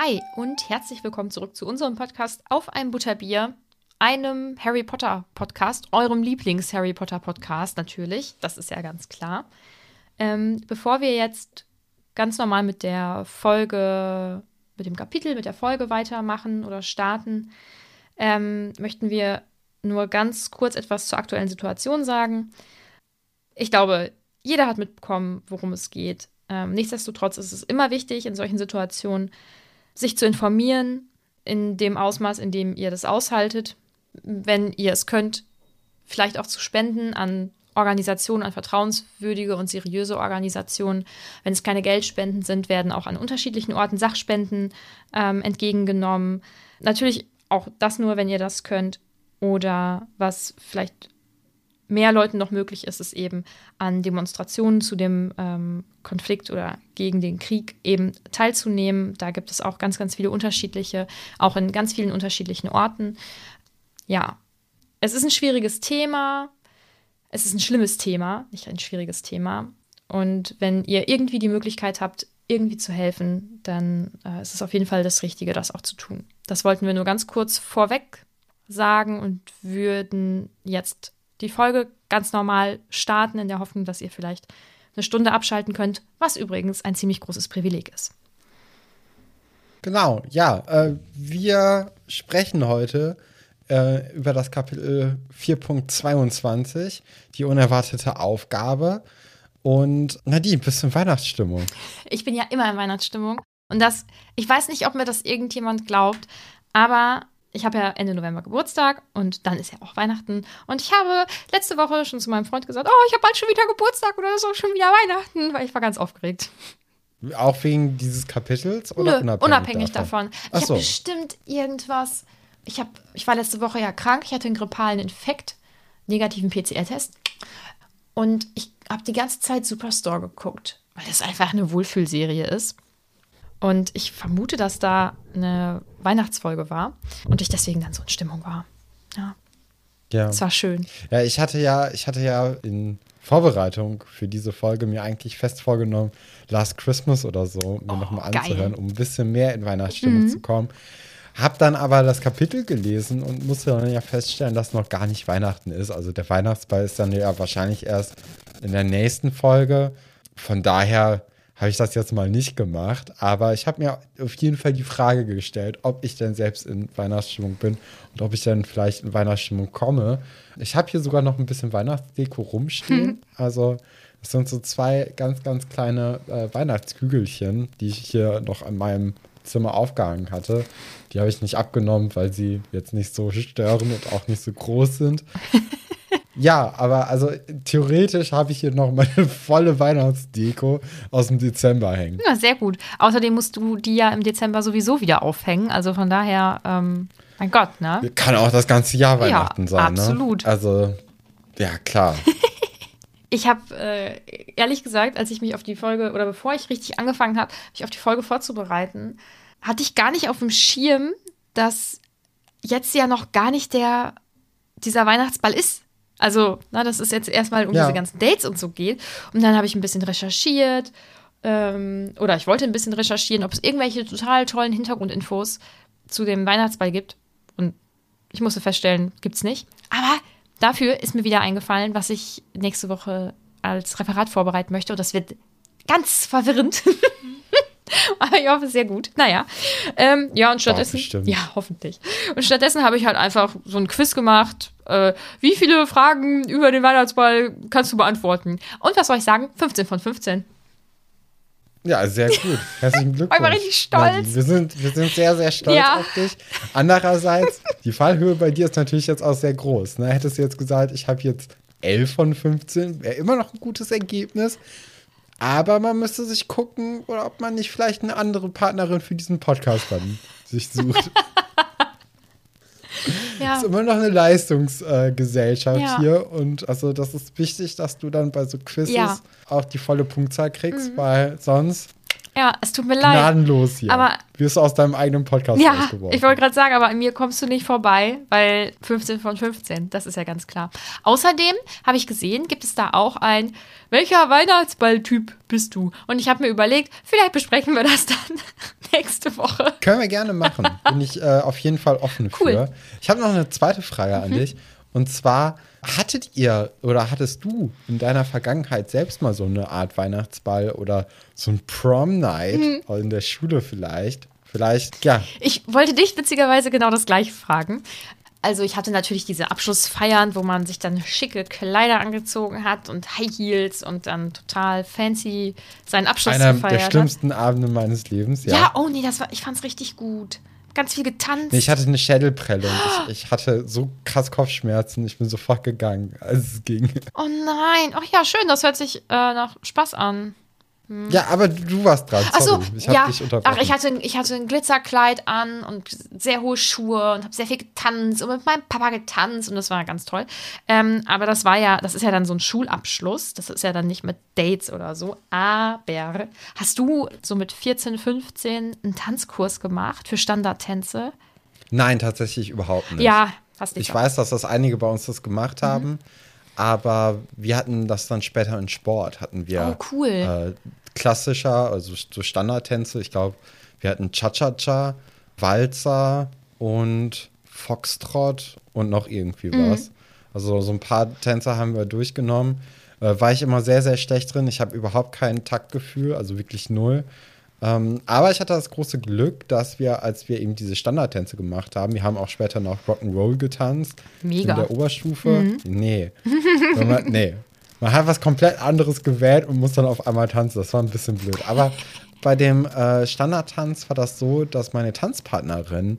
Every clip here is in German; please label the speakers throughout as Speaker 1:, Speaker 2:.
Speaker 1: Hi und herzlich willkommen zurück zu unserem Podcast Auf ein Butterbier, einem Harry Potter Podcast, eurem Lieblings-Harry Potter Podcast natürlich, das ist ja ganz klar. Bevor wir jetzt ganz normal mit der Folge, mit dem Kapitel, mit der Folge weitermachen oder starten, möchten wir nur ganz kurz etwas zur aktuellen Situation sagen. Ich glaube, jeder hat mitbekommen, worum es geht. Nichtsdestotrotz ist es immer wichtig, in solchen Situationen sich zu informieren, in dem Ausmaß, in dem ihr das aushaltet. Wenn ihr es könnt, vielleicht auch zu spenden an Organisationen, an vertrauenswürdige und seriöse Organisationen. Wenn es keine Geldspenden sind, werden auch an unterschiedlichen Orten Sachspenden entgegengenommen. Natürlich auch das nur, wenn ihr das könnt. Oder was vielleicht mehr Leuten noch möglich ist, ist eben an Demonstrationen zu dem Konflikt oder gegen den Krieg eben teilzunehmen. Da gibt es auch ganz, ganz viele unterschiedliche, auch in ganz vielen unterschiedlichen Orten. Ja, es ist ein schwieriges Thema. Es ist ein schlimmes Thema, nicht ein schwieriges Thema. Und wenn ihr irgendwie die Möglichkeit habt, irgendwie zu helfen, dann ist es auf jeden Fall das Richtige, das auch zu tun. Das wollten wir nur ganz kurz vorweg sagen und würden jetzt die Folge ganz normal starten, in der Hoffnung, dass ihr vielleicht eine Stunde abschalten könnt, was übrigens ein ziemlich großes Privileg ist.
Speaker 2: Genau, ja. Wir sprechen heute über das Kapitel 4.22, die unerwartete Aufgabe. Und Nadine, bist du in Weihnachtsstimmung?
Speaker 1: Ich bin ja immer in Weihnachtsstimmung. Und ich weiß nicht, ob mir das irgendjemand glaubt, aber ich habe ja Ende November Geburtstag und dann ist ja auch Weihnachten. Und ich habe letzte Woche schon zu meinem Freund gesagt, oh, ich habe bald schon wieder Geburtstag oder so, schon wieder Weihnachten, weil ich war ganz aufgeregt.
Speaker 2: Auch wegen dieses Kapitels oder
Speaker 1: Nö, unabhängig davon. Ich
Speaker 2: Ach so.
Speaker 1: habe bestimmt irgendwas. Ich war letzte Woche ja krank, ich hatte einen grippalen Infekt, negativen PCR-Test. Und ich habe die ganze Zeit Superstore geguckt, weil das einfach eine Wohlfühlserie ist. Und ich vermute, dass da eine Weihnachtsfolge war und ich deswegen dann so in Stimmung war. Ja. Es war schön.
Speaker 2: Ja, ich hatte ja in Vorbereitung für diese Folge mir eigentlich fest vorgenommen, Last Christmas oder so mir nochmal anzuhören, um ein bisschen mehr in Weihnachtsstimmung zu kommen. Hab dann aber das Kapitel gelesen und musste dann ja feststellen, dass noch gar nicht Weihnachten ist. Also der Weihnachtsball ist dann ja wahrscheinlich erst in der nächsten Folge. Von daher habe ich das jetzt mal nicht gemacht. Aber ich habe mir auf jeden Fall die Frage gestellt, ob ich denn selbst in Weihnachtsstimmung bin und ob ich dann vielleicht in Weihnachtsstimmung komme. Ich habe hier sogar noch ein bisschen Weihnachtsdeko rumstehen. Also es sind so 2 ganz, ganz kleine Weihnachtskügelchen, die ich hier noch an meinem Zimmer aufgehangen hatte. Die habe ich nicht abgenommen, weil sie jetzt nicht so stören und auch nicht so groß sind. Ja, aber also theoretisch habe ich hier noch meine volle Weihnachtsdeko aus dem Dezember hängen.
Speaker 1: Ja, sehr gut. Außerdem musst du die ja im Dezember sowieso wieder aufhängen. Also von daher, mein Gott, ne?
Speaker 2: Kann auch das ganze Jahr Weihnachten sein,
Speaker 1: absolut.
Speaker 2: Ne? Also, ja, klar.
Speaker 1: Ich habe, ehrlich gesagt, als ich mich auf die Folge, oder bevor ich richtig angefangen habe, mich auf die Folge vorzubereiten, hatte ich gar nicht auf dem Schirm, dass jetzt ja noch gar nicht dieser Weihnachtsball ist. Also, dass es jetzt erstmal um diese ganzen Dates und so geht. Und dann habe ich ein bisschen recherchiert, oder ich wollte ein bisschen recherchieren, ob es irgendwelche total tollen Hintergrundinfos zu dem Weihnachtsball gibt. Und ich musste feststellen, gibt's nicht. Aber dafür ist mir wieder eingefallen, was ich nächste Woche als Referat vorbereiten möchte. Und das wird ganz verwirrend. Aber ich hoffe, sehr gut. Naja. Ja, und stattdessen. Ja, hoffentlich. Und stattdessen habe ich halt einfach so ein Quiz gemacht. Wie viele Fragen über den Weihnachtsball kannst du beantworten? Und was soll ich sagen? 15 von 15.
Speaker 2: Ja, sehr gut. Herzlichen Glückwunsch.
Speaker 1: Ich war richtig stolz.
Speaker 2: Wir sind sehr, sehr stolz auf dich. Andererseits, die Fallhöhe bei dir ist natürlich jetzt auch sehr groß. Ne? Hättest du jetzt gesagt, ich habe jetzt 11 von 15, wäre immer noch ein gutes Ergebnis. Aber man müsste sich gucken, oder ob man nicht vielleicht eine andere Partnerin für diesen Podcast dann sich sucht. Ja. Das ist immer noch eine Leistungsgesellschaft hier. Und also das ist wichtig, dass du dann bei so Quizzes auch die volle Punktzahl kriegst, weil sonst
Speaker 1: Ja, es tut mir leid.
Speaker 2: Gnadenlos hier.
Speaker 1: Aber
Speaker 2: wirst du aus deinem eigenen Podcast rausgeworfen.
Speaker 1: Ich wollte gerade sagen, aber an mir kommst du nicht vorbei, weil 15 von 15, das ist ja ganz klar. Außerdem habe ich gesehen, gibt es da auch ein, welcher Weihnachtsball-Typ bist du? Und ich habe mir überlegt, vielleicht besprechen wir das dann nächste Woche.
Speaker 2: Können wir gerne machen. Bin ich auf jeden Fall offen für. Ich habe noch eine zweite Frage an dich. Und zwar, hattest du in deiner Vergangenheit selbst mal so eine Art Weihnachtsball oder so ein Prom-Night in der Schule vielleicht? Vielleicht, ja.
Speaker 1: Ich wollte dich witzigerweise genau das Gleiche fragen. Also ich hatte natürlich diese Abschlussfeiern, wo man sich dann schicke Kleider angezogen hat und High Heels und dann total fancy seinen Abschluss gefeiert hat.
Speaker 2: Einer der schlimmsten Abende meines Lebens, ja.
Speaker 1: Ja, oh nee, ich fand's richtig gut. Ganz viel getanzt.
Speaker 2: Nee, ich hatte eine Schädelprellung. Ich hatte so krass Kopfschmerzen. Ich bin sofort gegangen, als es ging.
Speaker 1: Oh nein. Ach ja, schön. Das hört sich nach Spaß an.
Speaker 2: Ja, aber du warst dran. Sorry. Ich hab dich unterbrochen.
Speaker 1: Ich hatte ein Glitzerkleid an und sehr hohe Schuhe und habe sehr viel getanzt und mit meinem Papa getanzt und das war ganz toll. Aber das ist ja dann so ein Schulabschluss. Das ist ja dann nicht mit Dates oder so. Aber hast du so mit 14, 15 einen Tanzkurs gemacht für Standardtänze?
Speaker 2: Nein, tatsächlich überhaupt nicht.
Speaker 1: Ja, hast nicht.
Speaker 2: Ich weiß, dass das einige bei uns das gemacht haben. Aber wir hatten das dann später in Sport. Hatten wir klassischer, also so Standardtänze. Ich glaube, wir hatten Cha-Cha-Cha, Walzer und Foxtrot und noch irgendwie was. Also so ein paar Tänze haben wir durchgenommen. War ich immer sehr, sehr schlecht drin. Ich habe überhaupt kein Taktgefühl, also wirklich null. Aber ich hatte das große Glück, dass als wir eben diese Standardtänze gemacht haben, wir haben auch später noch Rock'n'Roll getanzt.
Speaker 1: Mega.
Speaker 2: In der Oberstufe. Nee. Man hat was komplett anderes gewählt und muss dann auf einmal tanzen. Das war ein bisschen blöd. Aber bei dem Standardtanz war das so, dass meine Tanzpartnerin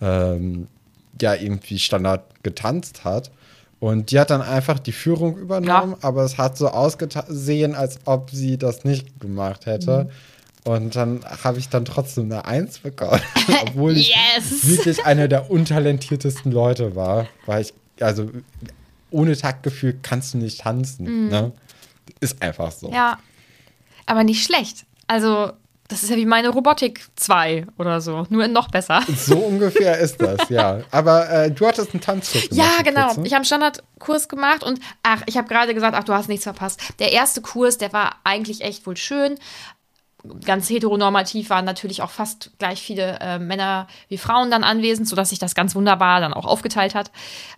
Speaker 2: irgendwie Standard getanzt hat. Und die hat dann einfach die Führung übernommen, aber es hat so ausgesehen, als ob sie das nicht gemacht hätte. Und dann habe ich dann trotzdem eine 1 bekommen, obwohl ich wirklich einer der untalentiertesten Leute war. Weil also ohne Taktgefühl kannst du nicht tanzen. Ne? Ist einfach so.
Speaker 1: Ja, aber nicht schlecht. Also das ist ja wie meine Robotik 2 oder so, nur noch besser.
Speaker 2: So ungefähr ist das, ja. Aber du hattest einen Tanzkurs gemacht.
Speaker 1: Ja, genau. Ich habe einen Standardkurs gemacht und ich habe gerade gesagt, du hast nichts verpasst. Der erste Kurs, der war eigentlich echt wohl schön. Ganz heteronormativ waren natürlich auch fast gleich viele Männer wie Frauen dann anwesend, sodass sich das ganz wunderbar dann auch aufgeteilt hat.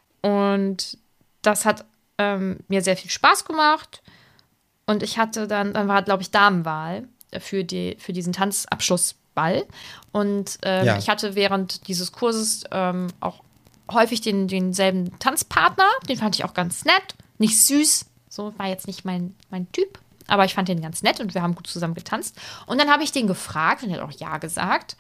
Speaker 1: Und das hat mir sehr viel Spaß gemacht. Und ich hatte dann war, glaube ich, Damenwahl für diesen Tanzabschlussball. Und ich hatte während dieses Kurses auch häufig denselben Tanzpartner. Den fand ich auch ganz nett. Nicht süß, so war jetzt nicht mein Typ. Aber ich fand den ganz nett und wir haben gut zusammen getanzt. Und dann habe ich den gefragt und er hat auch ja gesagt.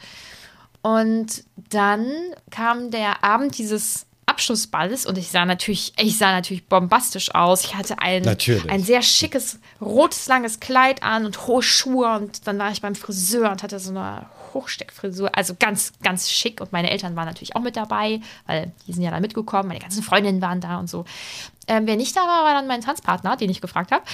Speaker 1: Und dann kam der Abend dieses Abschlussballes und ich sah natürlich bombastisch aus. Ich hatte ein sehr schickes, rotes, langes Kleid an und hohe Schuhe. Und dann war ich beim Friseur und hatte so eine Hochsteckfrisur. Also ganz, ganz schick. Und meine Eltern waren natürlich auch mit dabei, weil die sind ja da mitgekommen. Meine ganzen Freundinnen waren da und so. Wer nicht da war, war dann mein Tanzpartner, den ich gefragt habe,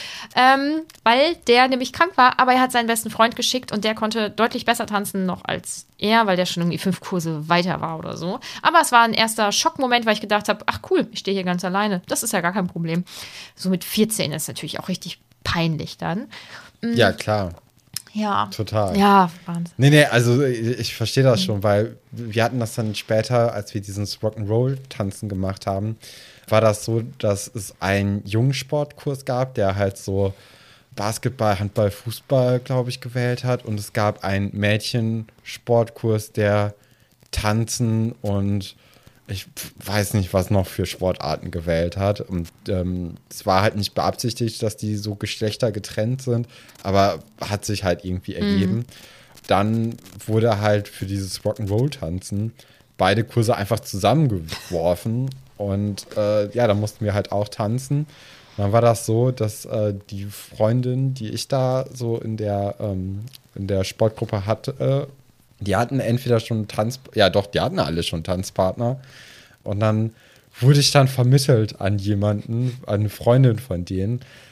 Speaker 1: weil der nämlich krank war, aber er hat seinen besten Freund geschickt und der konnte deutlich besser tanzen noch als er, weil der schon irgendwie 5 Kurse weiter war oder so. Aber es war ein erster Schockmoment, weil ich gedacht habe, ach cool, ich stehe hier ganz alleine. Das ist ja gar kein Problem. So mit 14 ist natürlich auch richtig peinlich dann.
Speaker 2: Ja, klar.
Speaker 1: Ja.
Speaker 2: Total.
Speaker 1: Ja, Wahnsinn.
Speaker 2: Nee, also ich verstehe das schon, weil wir hatten das dann später, als wir dieses Rock'n'Roll-Tanzen gemacht haben, war das so, dass es einen Jungsportkurs gab, der halt so Basketball, Handball, Fußball, glaube ich, gewählt hat. Und es gab einen Mädchensportkurs, der Tanzen und ich weiß nicht, was noch für Sportarten gewählt hat. Und es war halt nicht beabsichtigt, dass die so Geschlechter getrennt sind, aber hat sich halt irgendwie ergeben. Dann wurde halt für dieses Rock'n'Roll-Tanzen beide Kurse einfach zusammengeworfen. Und da mussten wir halt auch tanzen. Und dann war das so, dass die Freundin, die ich da so in der Sportgruppe hatte, die hatten entweder schon die hatten alle schon Tanzpartner. Und dann wurde ich dann vermittelt an jemanden, an eine Freundin von denen,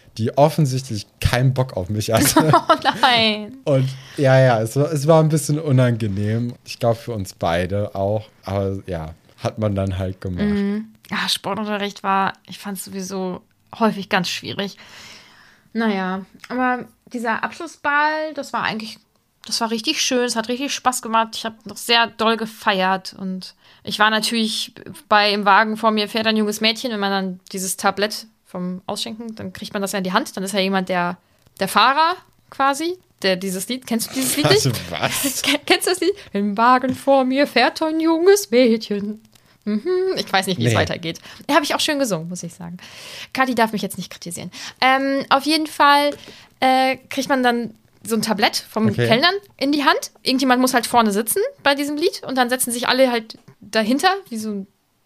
Speaker 2: die offensichtlich keinen Bock auf mich hatte.
Speaker 1: Oh nein.
Speaker 2: Und ja, es war ein bisschen unangenehm. Ich glaube für uns beide auch. Aber ja, hat man dann halt gemacht.
Speaker 1: Ja, Sportunterricht ich fand es sowieso häufig ganz schwierig. Naja, aber dieser Abschlussball, das war richtig schön, es hat richtig Spaß gemacht. Ich habe noch sehr doll gefeiert und ich war natürlich im Wagen vor mir fährt ein junges Mädchen, wenn man dann dieses Tablett vom Ausschenken, dann kriegt man das ja in die Hand, dann ist ja jemand der Fahrer quasi, der dieses Lied, kennst du dieses Lied nicht?
Speaker 2: Was?
Speaker 1: Kennst du das Lied? Im Wagen vor mir fährt ein junges Mädchen. Ich weiß nicht, wie es weitergeht. Habe ich auch schön gesungen, muss ich sagen. Kathi darf mich jetzt nicht kritisieren. Auf jeden Fall kriegt man dann so ein Tablett vom Kellnern in die Hand. Irgendjemand muss halt vorne sitzen bei diesem Lied und dann setzen sich alle halt dahinter, wie so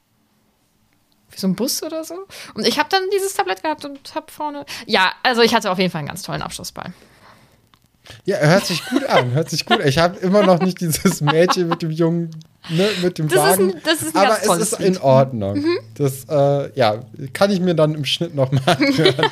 Speaker 1: ein Bus oder so. Und ich habe dann dieses Tablett gehabt und habe vorne... Ja, also ich hatte auf jeden Fall einen ganz tollen Abschlussball.
Speaker 2: Ja, hört sich gut an, Ich habe immer noch nicht dieses Mädchen mit dem Jungen, ne, mit dem Wagen.
Speaker 1: Das ist ein
Speaker 2: aber
Speaker 1: ganz tolles
Speaker 2: es ist in Ordnung. Das, kann ich mir dann im Schnitt noch mal anhören.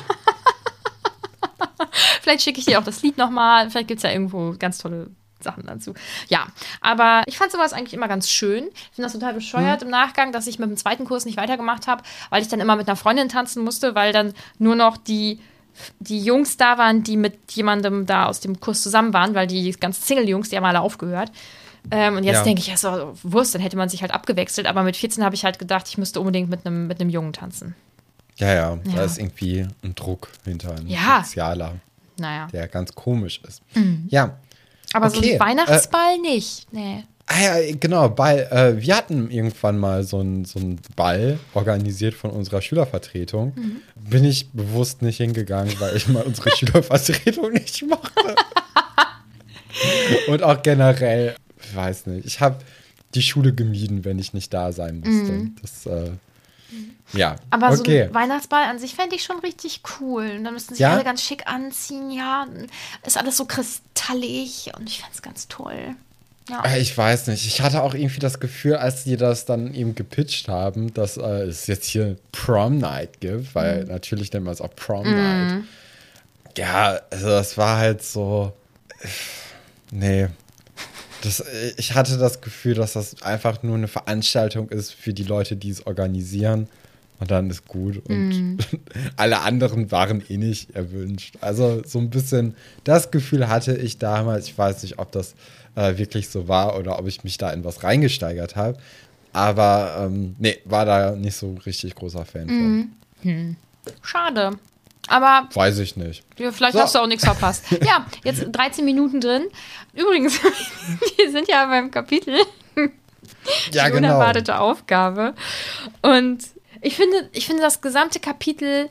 Speaker 1: Vielleicht schicke ich dir auch das Lied nochmal. Vielleicht gibt es ja irgendwo ganz tolle Sachen dazu. Ja, aber ich fand sowas eigentlich immer ganz schön. Ich finde das total bescheuert im Nachgang, dass ich mit dem zweiten Kurs nicht weitergemacht habe, weil ich dann immer mit einer Freundin tanzen musste, weil dann nur noch die Jungs da waren, die mit jemandem da aus dem Kurs zusammen waren, weil die ganzen Single-Jungs, die haben alle aufgehört. Und jetzt denke ich, ja, so Wurst, dann hätte man sich halt abgewechselt. Aber mit 14 habe ich halt gedacht, ich müsste unbedingt mit einem Jungen tanzen.
Speaker 2: Ja, da ist irgendwie ein Druck hinter, ein sozialer, der ganz komisch ist. Ja.
Speaker 1: Aber so ein Weihnachtsball nicht. Nee.
Speaker 2: Ja, genau, Ball. Wir hatten irgendwann mal so einen Ball organisiert von unserer Schülervertretung. Bin ich bewusst nicht hingegangen, weil ich mal unsere Schülervertretung nicht mochte. Und auch generell, ich weiß nicht, ich habe die Schule gemieden, wenn ich nicht da sein musste. Das, ja,
Speaker 1: aber so ein Weihnachtsball an sich fände ich schon richtig cool. Und dann müssten sich alle ganz schick anziehen. Ja, ist alles so kristallig und ich fände es ganz toll. Ja.
Speaker 2: Ich weiß nicht. Ich hatte auch irgendwie das Gefühl, als die das dann eben gepitcht haben, dass es jetzt hier Prom Night gibt, weil natürlich nennt man es auch Prom Night. Ja, also das war halt so. Nee. Ich hatte das Gefühl, dass das einfach nur eine Veranstaltung ist für die Leute, die es organisieren. Und dann ist gut. Und alle anderen waren eh nicht erwünscht. Also so ein bisschen das Gefühl hatte ich damals. Ich weiß nicht, ob das wirklich so war oder ob ich mich da in was reingesteigert habe. Aber nee, war da nicht so richtig großer Fan von.
Speaker 1: Schade. Aber
Speaker 2: weiß ich nicht.
Speaker 1: Vielleicht hast du auch nichts verpasst. Ja, jetzt 13 Minuten drin. Übrigens, wir sind ja beim Kapitel die unerwartete Aufgabe. Und ich finde das gesamte Kapitel,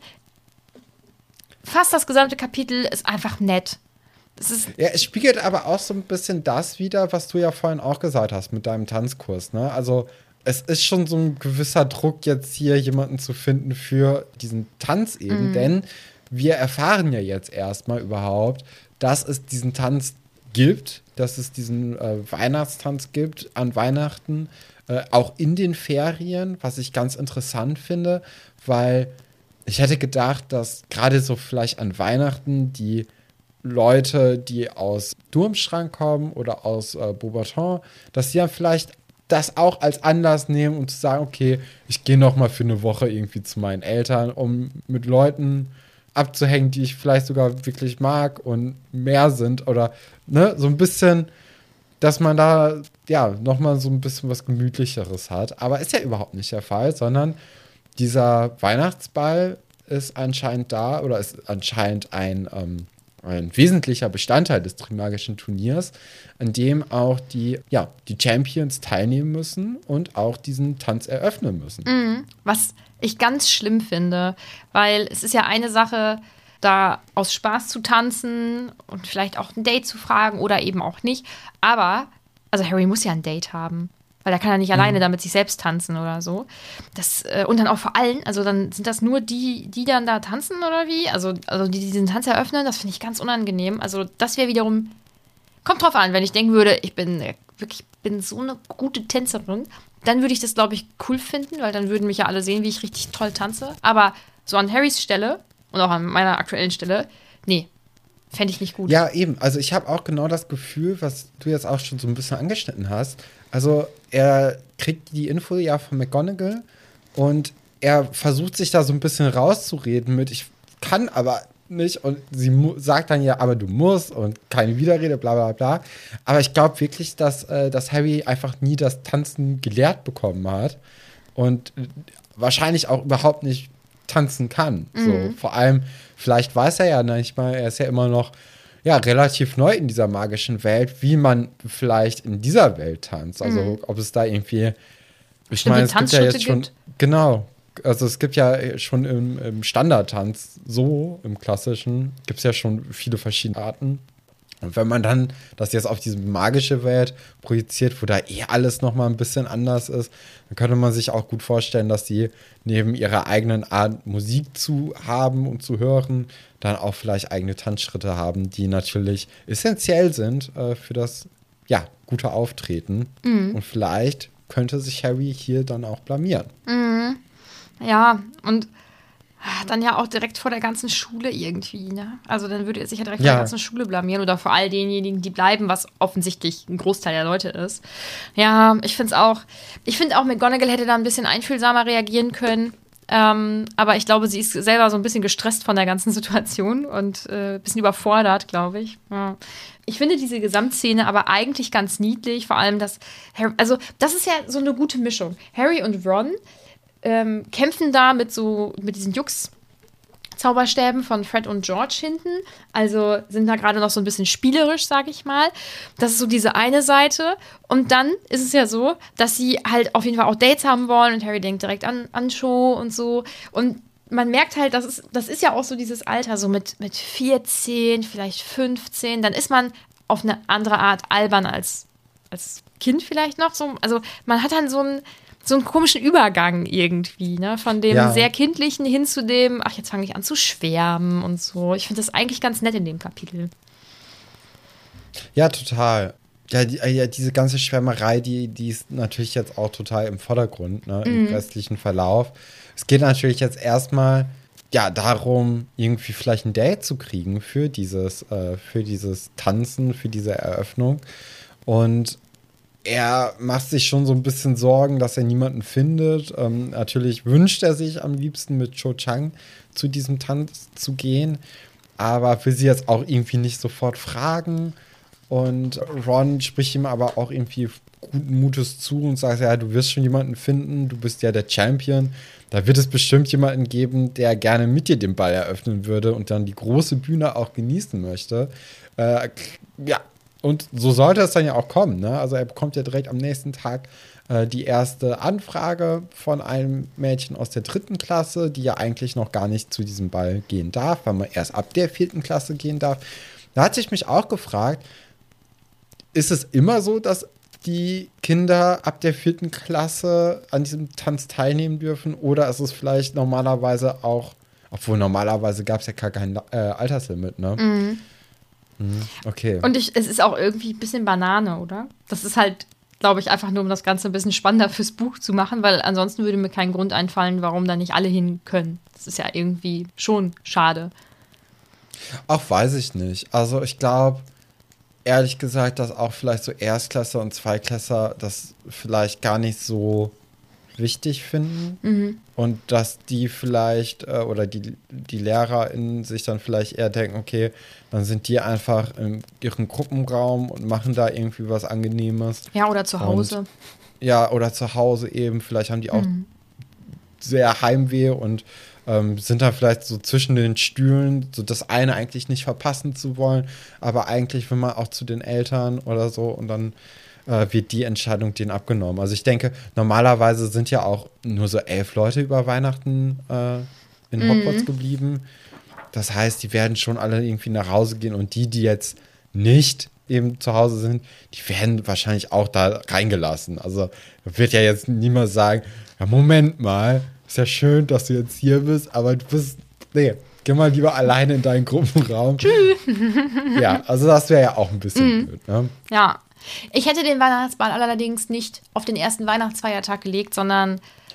Speaker 1: fast das gesamte Kapitel ist einfach nett.
Speaker 2: Es spiegelt aber auch so ein bisschen das wider, was du ja vorhin auch gesagt hast mit deinem Tanzkurs, ne? Also es ist schon so ein gewisser Druck, jetzt hier jemanden zu finden für diesen Tanz eben, denn wir erfahren ja jetzt erstmal überhaupt, dass es diesen Tanz gibt, dass es diesen Weihnachtstanz gibt an Weihnachten, auch in den Ferien, was ich ganz interessant finde, weil ich hätte gedacht, dass gerade so vielleicht an Weihnachten die Leute, die aus Durmstrang kommen oder aus Beauxbatons, dass sie ja vielleicht das auch als Anlass nehmen, um zu sagen, okay, ich gehe noch mal für eine Woche irgendwie zu meinen Eltern, um mit Leuten abzuhängen, die ich vielleicht sogar wirklich mag und mehr sind oder ne, so ein bisschen, dass man da ja noch mal so ein bisschen was Gemütlicheres hat. Aber ist ja überhaupt nicht der Fall, sondern dieser Weihnachtsball ist anscheinend da oder ist anscheinend ein wesentlicher Bestandteil des Trimagischen Turniers, an dem auch die Champions teilnehmen müssen und auch diesen Tanz eröffnen müssen.
Speaker 1: Was ich ganz schlimm finde, weil es ist ja eine Sache, da aus Spaß zu tanzen und vielleicht auch ein Date zu fragen oder eben auch nicht. Aber, also Harry muss ja ein Date haben. Weil da kann er nicht alleine da mit sich selbst tanzen oder so. Und dann auch vor allem, also dann sind das nur die dann da tanzen oder wie? Also die diesen Tanz eröffnen, das finde ich ganz unangenehm. Also das wäre wiederum, kommt drauf an, wenn ich denken würde, ich bin so eine gute Tänzerin, dann würde ich das, glaube ich, cool finden, weil dann würden mich ja alle sehen, wie ich richtig toll tanze. Aber so an Harrys Stelle und auch an meiner aktuellen Stelle, nee, fände ich nicht gut.
Speaker 2: Ja, eben. Also ich habe auch genau das Gefühl, was du jetzt auch schon so ein bisschen angeschnitten hast. Also er kriegt die Info ja von McGonagall und er versucht sich da so ein bisschen rauszureden mit, ich kann aber nicht. Und sie sagt dann ja, aber du musst und keine Widerrede, bla bla bla. Aber ich glaube wirklich, dass Harry einfach nie das Tanzen gelehrt bekommen hat und wahrscheinlich auch überhaupt nicht tanzen kann. So, vor allem, vielleicht weiß er ja nicht mal, er ist ja immer noch relativ neu in dieser magischen Welt, wie man vielleicht in dieser Welt tanzt. Also ob es da irgendwie, ich meine, es gibt ja jetzt schon, genau, also es gibt ja schon im Standardtanz, so im Klassischen, gibt es ja schon viele verschiedene Arten. Und wenn man dann das jetzt auf diese magische Welt projiziert, wo da alles noch mal ein bisschen anders ist, dann könnte man sich auch gut vorstellen, dass die neben ihrer eigenen Art Musik zu haben und zu hören, dann auch vielleicht eigene Tanzschritte haben, die natürlich essentiell sind für das gute Auftreten. Und vielleicht könnte sich Harry hier dann auch blamieren.
Speaker 1: Ja, und dann ja auch direkt vor der ganzen Schule irgendwie, ne? Also dann würde er sich ja direkt vor der ganzen Schule blamieren oder vor all denjenigen, die bleiben, was offensichtlich ein Großteil der Leute ist. Ja, ich finde auch, McGonagall hätte da ein bisschen einfühlsamer reagieren können. Aber ich glaube, sie ist selber so ein bisschen gestresst von der ganzen Situation und ein bisschen überfordert, glaube ich. Ja. Ich finde diese Gesamtszene aber eigentlich ganz niedlich, vor allem, dass Harry, also das ist ja so eine gute Mischung. Harry und Ron kämpfen da mit diesen Jux-Zauberstäben von Fred und George hinten. Also sind da gerade noch so ein bisschen spielerisch, sag ich mal. Das ist so diese eine Seite. Und dann ist es ja so, dass sie halt auf jeden Fall auch Dates haben wollen und Harry denkt direkt an Cho und so. Und man merkt halt, das ist ja auch so dieses Alter, so mit 14, vielleicht 15. Dann ist man auf eine andere Art albern als Kind vielleicht noch. So. Also man hat dann so einen komischen Übergang irgendwie, ne? Von dem sehr Kindlichen hin zu dem, ach, jetzt fange ich an zu schwärmen und so. Ich finde das eigentlich ganz nett in dem Kapitel.
Speaker 2: Ja, total. Ja, diese ganze Schwärmerei, die ist natürlich jetzt auch total im Vordergrund, ne? Im restlichen Verlauf. Es geht natürlich jetzt erstmal darum, irgendwie vielleicht ein Date zu kriegen für dieses Tanzen, für diese Eröffnung. Und er macht sich schon so ein bisschen Sorgen, dass er niemanden findet. Natürlich wünscht er sich am liebsten mit Cho Chang zu diesem Tanz zu gehen, aber will sie jetzt auch irgendwie nicht sofort fragen. Und Ron spricht ihm aber auch irgendwie guten Mutes zu und sagt, ja, du wirst schon jemanden finden, du bist ja der Champion. Da wird es bestimmt jemanden geben, der gerne mit dir den Ball eröffnen würde und dann die große Bühne auch genießen möchte. Und so sollte es dann ja auch kommen, ne? Also er bekommt ja direkt am nächsten Tag die erste Anfrage von einem Mädchen aus der 3. Klasse, die ja eigentlich noch gar nicht zu diesem Ball gehen darf, weil man erst ab der 4. Klasse gehen darf. Da hat sich mich auch gefragt, ist es immer so, dass die Kinder ab der 4. Klasse an diesem Tanz teilnehmen dürfen? Oder ist es vielleicht normalerweise auch, obwohl normalerweise gab es ja gar kein Alterslimit, ne? Okay.
Speaker 1: Und es ist auch irgendwie ein bisschen Banane, oder? Das ist halt, glaube ich, einfach nur, um das Ganze ein bisschen spannender fürs Buch zu machen, weil ansonsten würde mir kein Grund einfallen, warum da nicht alle hin können. Das ist ja irgendwie schon schade.
Speaker 2: Auch weiß ich nicht. Also ich glaube, ehrlich gesagt, dass auch vielleicht so Erstklässler und Zweiklässler das vielleicht gar nicht so wichtig finden und dass die vielleicht oder die LehrerInnen sich dann vielleicht eher denken, okay, dann sind die einfach in ihrem Gruppenraum und machen da irgendwie was Angenehmes.
Speaker 1: Ja, oder zu Hause.
Speaker 2: Oder zu Hause eben. Vielleicht haben die auch sehr Heimweh und sind da vielleicht so zwischen den Stühlen, so das eine eigentlich nicht verpassen zu wollen, aber eigentlich will man auch zu den Eltern oder so und dann wird die Entscheidung denen abgenommen. Also ich denke, normalerweise sind ja auch nur so 11 Leute über Weihnachten in Hogwarts geblieben. Das heißt, die werden schon alle irgendwie nach Hause gehen und die jetzt nicht eben zu Hause sind, die werden wahrscheinlich auch da reingelassen. Also wird ja jetzt niemand sagen, ja, Moment mal, ist ja schön, dass du jetzt hier bist, aber du bist, nee, geh mal lieber alleine in deinen Gruppenraum. Tschüss. Ja, also das wäre ja auch ein bisschen blöd, ne?
Speaker 1: Ja. Ich hätte den Weihnachtsball allerdings nicht auf den ersten Weihnachtsfeiertag gelegt, sondern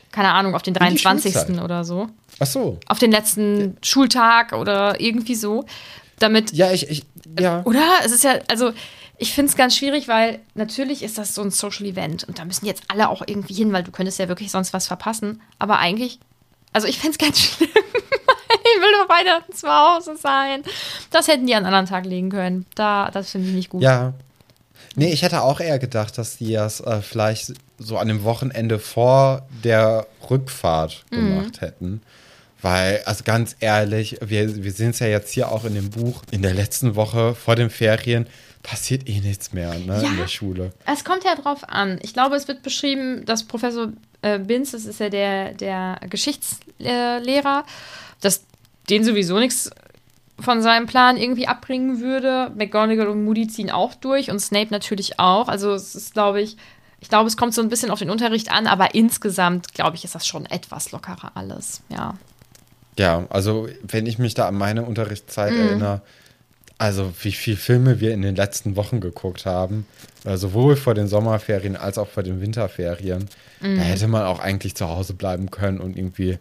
Speaker 1: keine Ahnung, auf den 23. oder so.
Speaker 2: Ach so.
Speaker 1: Auf den letzten Schultag oder irgendwie so. Damit.
Speaker 2: Ja, ja.
Speaker 1: Oder? Es ist ja, also ich finde es ganz schwierig, weil natürlich ist das so ein Social Event und da müssen jetzt alle auch irgendwie hin, weil du könntest ja wirklich sonst was verpassen. Aber eigentlich, also ich finde es ganz schlimm. Ich will doch Weihnachten zu Hause sein. Das hätten die an einen anderen Tag legen können. Das finde ich nicht gut.
Speaker 2: Ja. Nee, ich hätte auch eher gedacht, dass die das vielleicht so an dem Wochenende vor der Rückfahrt gemacht hätten. Weil, also ganz ehrlich, wir sehen es ja jetzt hier auch in dem Buch, in der letzten Woche vor den Ferien passiert eh nichts mehr, ne, in der Schule.
Speaker 1: Es kommt ja drauf an. Ich glaube, es wird beschrieben, dass Professor Binz, das ist ja der Geschichtslehrer, dass den sowieso nichts von seinem Plan irgendwie abbringen würde. McGonagall und Moody ziehen auch durch und Snape natürlich auch. Also es ist, glaube ich, es kommt so ein bisschen auf den Unterricht an, aber insgesamt, glaube ich, ist das schon etwas lockerer alles, ja.
Speaker 2: Ja, also wenn ich mich da an meine Unterrichtszeit erinnere, also wie viele Filme wir in den letzten Wochen geguckt haben, sowohl vor den Sommerferien als auch vor den Winterferien, da hätte man auch eigentlich zu Hause bleiben können und irgendwie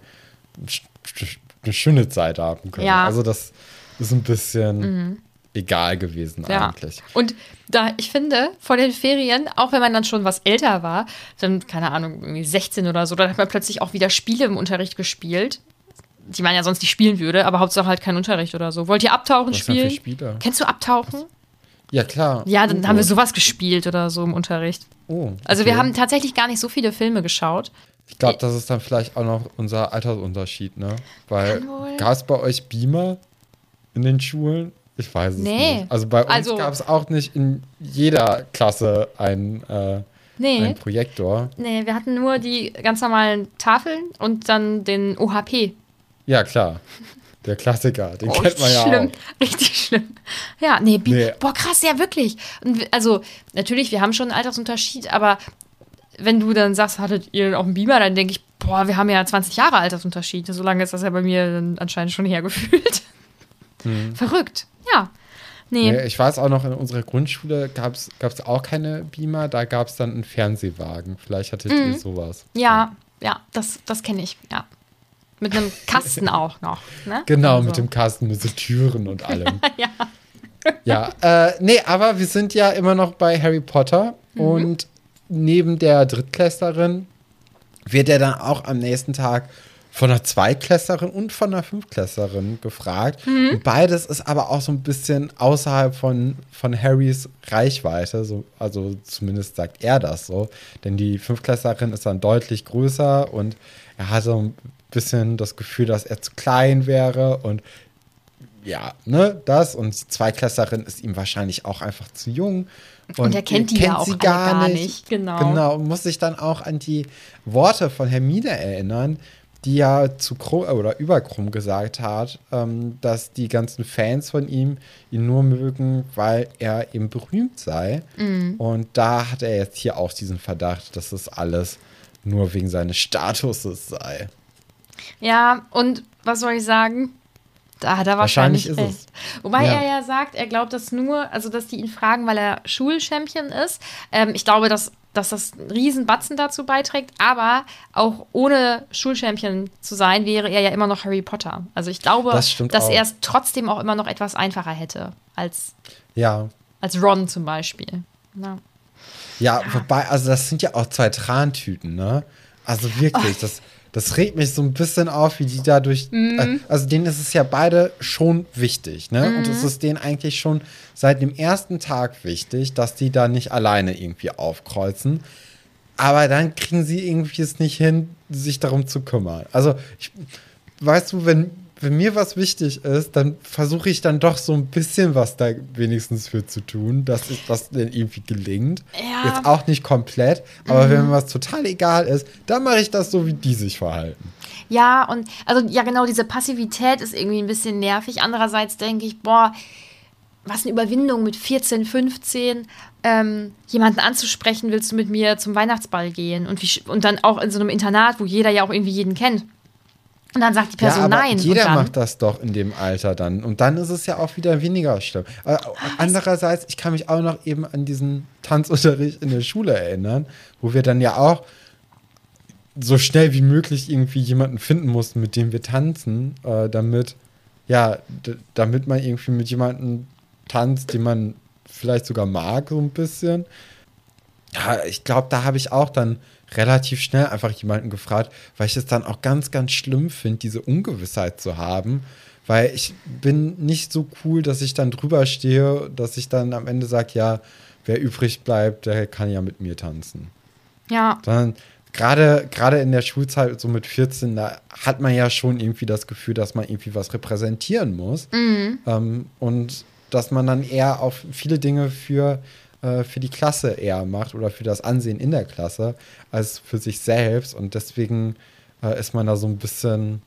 Speaker 2: eine schöne Zeit haben können.
Speaker 1: Ja.
Speaker 2: Also das ist ein bisschen egal gewesen eigentlich.
Speaker 1: Und ich finde, vor den Ferien, auch wenn man dann schon was älter war, dann, keine Ahnung, irgendwie 16 oder so, dann hat man plötzlich auch wieder Spiele im Unterricht gespielt, die man ja sonst nicht spielen würde, aber Hauptsache halt kein Unterricht oder so. Wollt ihr Abtauchen spielen?
Speaker 2: Spiele?
Speaker 1: Kennst du Abtauchen?
Speaker 2: Ja, klar.
Speaker 1: Ja, dann haben wir sowas gespielt oder so im Unterricht.
Speaker 2: Oh, okay.
Speaker 1: Also wir haben tatsächlich gar nicht so viele Filme geschaut.
Speaker 2: Ich glaube, das ist dann vielleicht auch noch unser Altersunterschied, ne? Weil gab es bei euch Beamer in den Schulen? Ich weiß es nicht. Also bei uns gab es auch nicht in jeder Klasse ein Projektor.
Speaker 1: Nee, wir hatten nur die ganz normalen Tafeln und dann den OHP.
Speaker 2: Ja, klar. Der Klassiker, den kennt man ja
Speaker 1: schlimm.
Speaker 2: auch.
Speaker 1: Richtig schlimm. Ja, nee. Boah, krass, ja, wirklich. Und also, natürlich, wir haben schon einen Altersunterschied, aber wenn du dann sagst, hattet ihr auch einen Beamer, dann denke ich, boah, wir haben ja 20 Jahre Altersunterschied. So lange ist das ja bei mir dann anscheinend schon hergefühlt. Verrückt, ja. Nee,
Speaker 2: ich weiß auch noch, in unserer Grundschule gab es auch keine Beamer, da gab es dann einen Fernsehwagen. Vielleicht hattet ihr sowas.
Speaker 1: Ja, das kenne ich, ja. Mit einem Kasten auch noch, ne?
Speaker 2: Genau,
Speaker 1: also.
Speaker 2: Mit dem Kasten, mit so Türen und allem. Ja, nee, aber wir sind ja immer noch bei Harry Potter und neben der Drittklässlerin wird er dann auch am nächsten Tag von einer Zweitklässlerin und von einer Fünftklässlerin gefragt. Und beides ist aber auch so ein bisschen außerhalb von Harrys Reichweite. Also zumindest sagt er das so. Denn die Fünftklässlerin ist dann deutlich größer und er hat so ein bisschen das Gefühl, dass er zu klein wäre. Und ja, ne, das. Und die Zweitklässlerin ist ihm wahrscheinlich auch einfach zu jung.
Speaker 1: Und er kennt die ja auch gar nicht.
Speaker 2: Genau, und muss sich dann auch an die Worte von Hermine erinnern, die ja zu Krumm oder über Krumm gesagt hat, dass die ganzen Fans von ihm ihn nur mögen, weil er eben berühmt sei. Und da hat er jetzt hier auch diesen Verdacht, dass das alles nur wegen seines Statuses sei.
Speaker 1: Ja, und was soll ich sagen? Da hat er wahrscheinlich
Speaker 2: ist
Speaker 1: recht.
Speaker 2: es.
Speaker 1: Wobei er ja sagt, er glaubt das nur, also dass die ihn fragen, weil er Schulchampion ist. Ich glaube, dass das einen riesen Batzen dazu beiträgt, aber auch ohne Schulchampion zu sein, wäre er ja immer noch Harry Potter. Also ich glaube, dass er es trotzdem auch immer noch etwas einfacher hätte als Ron zum Beispiel.
Speaker 2: Ja, wobei, also das sind ja auch zwei Trantüten, ne? Also wirklich, das regt mich so ein bisschen auf, wie die dadurch, also denen ist es ja beide schon wichtig, ne? Und es ist denen eigentlich schon seit dem ersten Tag wichtig, dass die da nicht alleine irgendwie aufkreuzen. Aber dann kriegen sie irgendwie es nicht hin, sich darum zu kümmern. Also, weißt du, wenn mir was wichtig ist, dann versuche ich dann doch so ein bisschen was da wenigstens für zu tun, dass es das dann irgendwie gelingt. Ja. Jetzt auch nicht komplett, aber wenn mir was total egal ist, dann mache ich das so, wie die sich verhalten.
Speaker 1: Ja, und also ja genau, diese Passivität ist irgendwie ein bisschen nervig. Andererseits denke ich, boah, was eine Überwindung mit 14, 15, jemanden anzusprechen, willst du mit mir zum Weihnachtsball gehen? Und dann auch in so einem Internat, wo jeder ja auch irgendwie jeden kennt. Und dann sagt die Person
Speaker 2: aber
Speaker 1: nein.
Speaker 2: Jeder macht das doch in dem Alter dann. Und dann ist es ja auch wieder weniger schlimm. Andererseits, ich kann mich auch noch eben an diesen Tanzunterricht in der Schule erinnern, wo wir dann ja auch so schnell wie möglich irgendwie jemanden finden mussten, mit dem wir tanzen, damit man irgendwie mit jemandem tanzt, den man vielleicht sogar mag, so ein bisschen. Ja, ich glaube, da habe ich auch dann relativ schnell einfach jemanden gefragt, weil ich es dann auch ganz, ganz schlimm finde, diese Ungewissheit zu haben, weil ich bin nicht so cool, dass ich dann drüber stehe, dass ich dann am Ende sage, ja, wer übrig bleibt, der kann ja mit mir tanzen.
Speaker 1: Ja.
Speaker 2: Sondern gerade in der Schulzeit, so mit 14, da hat man ja schon irgendwie das Gefühl, dass man irgendwie was repräsentieren muss. Und dass man dann eher auf viele Dinge für die Klasse eher macht oder für das Ansehen in der Klasse, als für sich selbst. Und deswegen ist man da so ein bisschen,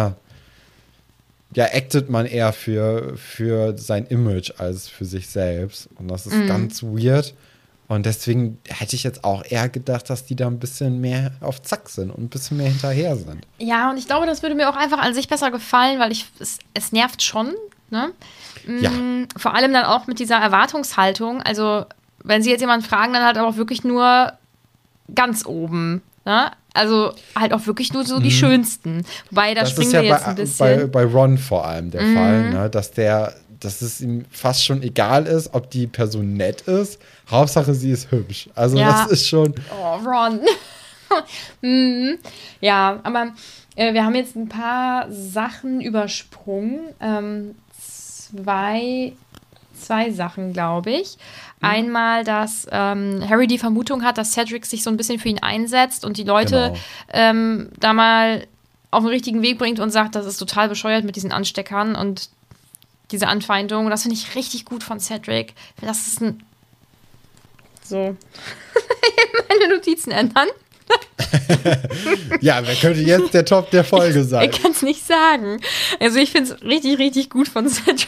Speaker 2: actet man eher für sein Image als für sich selbst. Und das ist ganz weird. Und deswegen hätte ich jetzt auch eher gedacht, dass die da ein bisschen mehr auf Zack sind und ein bisschen mehr hinterher sind.
Speaker 1: Ja, und ich glaube, das würde mir auch einfach an sich besser gefallen, weil es nervt schon, ne?
Speaker 2: Ja.
Speaker 1: Vor allem dann auch mit dieser Erwartungshaltung. Also, wenn sie jetzt jemanden fragen, dann halt auch wirklich nur ganz oben, ne? Also halt auch wirklich nur so die schönsten. Wobei, da springen wir jetzt ein bisschen.
Speaker 2: Bei Ron vor allem der Fall, ne? Dass es ihm fast schon egal ist, ob die Person nett ist. Hauptsache, sie ist hübsch. Also das ist schon...
Speaker 1: Oh, Ron. Ja, aber wir haben jetzt ein paar Sachen übersprungen. Zwei Sachen, glaube ich. Einmal, dass Harry die Vermutung hat, dass Cedric sich so ein bisschen für ihn einsetzt und die Leute da mal auf den richtigen Weg bringt und sagt, das ist total bescheuert mit diesen Ansteckern und diese Anfeindung. Das finde ich richtig gut von Cedric. Das ist ein... So. Meine Notizen ändern.
Speaker 2: Ja, wer könnte jetzt der Top der Folge sein?
Speaker 1: Ich kann es nicht sagen. Also ich finde es richtig, richtig gut von Cedric.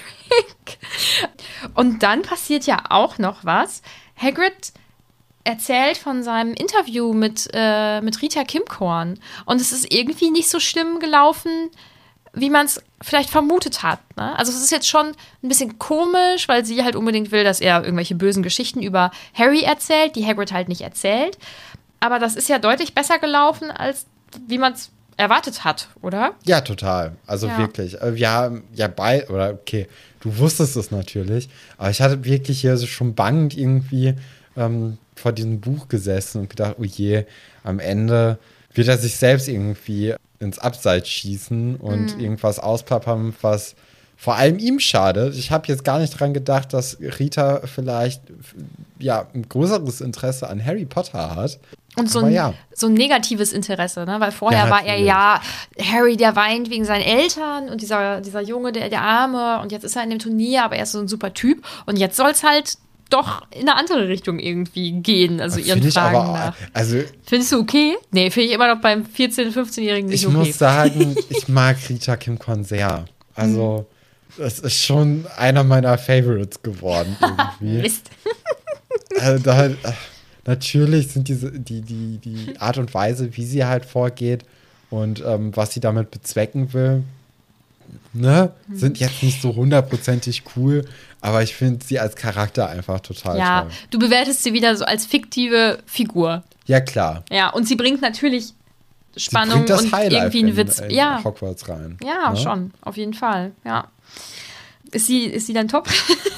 Speaker 1: Und dann passiert ja auch noch was. Hagrid erzählt von seinem Interview mit Rita Kimcorn. Und es ist irgendwie nicht so schlimm gelaufen, wie man es vielleicht vermutet hat. Ne? Also es ist jetzt schon ein bisschen komisch, weil sie halt unbedingt will, dass er irgendwelche bösen Geschichten über Harry erzählt, die Hagrid halt nicht erzählt. Aber das ist ja deutlich besser gelaufen, als wie man es erwartet hat, oder?
Speaker 2: Ja, total. Also wirklich. Okay, du wusstest es natürlich, aber ich hatte wirklich hier so schon bangend irgendwie vor diesem Buch gesessen und gedacht, oh je, am Ende wird er sich selbst irgendwie ins Abseits schießen und irgendwas ausplappern, was vor allem ihm schadet. Ich habe jetzt gar nicht dran gedacht, dass Rita vielleicht ein größeres Interesse an Harry Potter hat.
Speaker 1: Und so ein negatives Interesse, ne? Weil vorher war er Harry, der weint wegen seinen Eltern und dieser Junge, der Arme, und jetzt ist er in dem Turnier, aber er ist so ein super Typ und jetzt soll es halt doch in eine andere Richtung irgendwie gehen, also ihren Fragen nach. Also, findest du okay? Nee, finde ich immer noch beim 14-, 15-Jährigen nicht okay.
Speaker 2: Ich muss sagen, ich mag Rita Kimcorn sehr. Also, das ist schon einer meiner Favorites geworden irgendwie. Mist. Also, natürlich sind die Art und Weise, wie sie halt vorgeht und was sie damit bezwecken will, ne, sind jetzt nicht so hundertprozentig cool, aber ich finde sie als Charakter einfach total toll. Ja,
Speaker 1: du bewertest sie wieder so als fiktive Figur.
Speaker 2: Ja, klar.
Speaker 1: Ja, und sie bringt natürlich Spannung und irgendwie einen Witz
Speaker 2: in Hogwarts rein.
Speaker 1: Ja, ne? Schon, auf jeden Fall, ja. Ist sie dann top?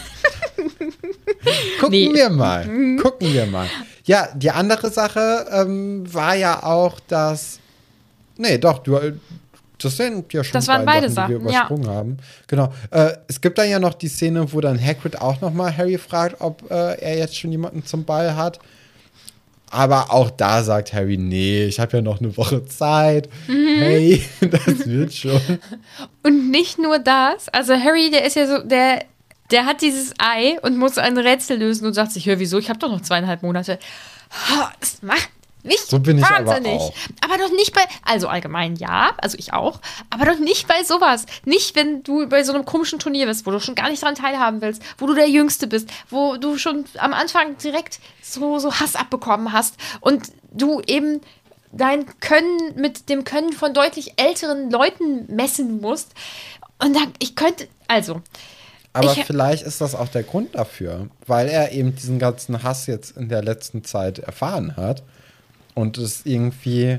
Speaker 2: Gucken wir mal. Ja, die andere Sache war ja auch, dass das sind ja schon
Speaker 1: das waren beide
Speaker 2: Sachen, die wir übersprungen haben. Genau. Es gibt dann ja noch die Szene, wo dann Hagrid auch noch mal Harry fragt, ob er jetzt schon jemanden zum Ball hat. Aber auch da sagt Harry, nee, ich habe ja noch eine Woche Zeit. Hey, das wird schon.
Speaker 1: Und nicht nur das. Also Harry, der ist ja so, der hat dieses Ei und muss ein Rätsel lösen und sagt sich, hör, wieso? Ich habe doch noch 2,5 Monate. Das macht mich
Speaker 2: so bin ich
Speaker 1: wahnsinnig.
Speaker 2: Aber auch.
Speaker 1: Aber doch nicht also allgemein ja, also ich auch, aber doch nicht bei sowas. Nicht, wenn du bei so einem komischen Turnier bist, wo du schon gar nicht daran teilhaben willst, wo du der Jüngste bist, wo du schon am Anfang direkt so Hass abbekommen hast und du eben dein Können mit dem Können von deutlich älteren Leuten messen musst. Und dann,
Speaker 2: aber vielleicht ist das auch der Grund dafür, weil er eben diesen ganzen Hass jetzt in der letzten Zeit erfahren hat und es irgendwie,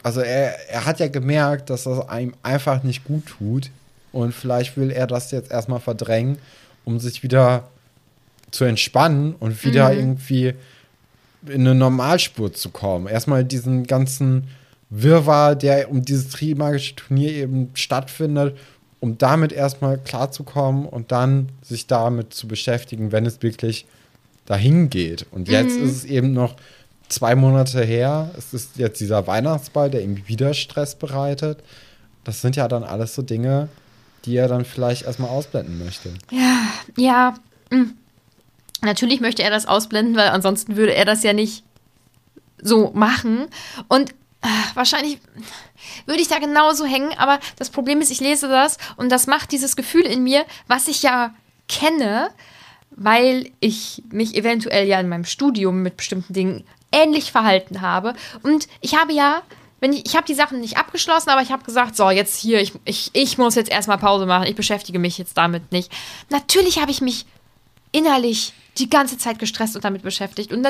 Speaker 2: also er hat ja gemerkt, dass das einem einfach nicht gut tut. Und vielleicht will er das jetzt erstmal verdrängen, um sich wieder zu entspannen und wieder irgendwie in eine Normalspur zu kommen. Erstmal diesen ganzen Wirrwarr, der um dieses Trimagische Turnier eben stattfindet, um damit erstmal klarzukommen und dann sich damit zu beschäftigen, wenn es wirklich dahin geht. Und jetzt ist es eben noch 2 Monate her. Es ist jetzt dieser Weihnachtsball, der ihm wieder Stress bereitet. Das sind ja dann alles so Dinge, die er dann vielleicht erstmal ausblenden möchte.
Speaker 1: Ja. Natürlich möchte er das ausblenden, weil ansonsten würde er das ja nicht so machen. Und wahrscheinlich würde ich da genauso hängen, aber das Problem ist, ich lese das und das macht dieses Gefühl in mir, was ich ja kenne, weil ich mich eventuell ja in meinem Studium mit bestimmten Dingen ähnlich verhalten habe. Und ich habe ja, ich habe die Sachen nicht abgeschlossen, aber ich habe gesagt, so, jetzt hier, ich muss jetzt erstmal Pause machen, ich beschäftige mich jetzt damit nicht. Natürlich habe ich mich innerlich die ganze Zeit gestresst und damit beschäftigt. Und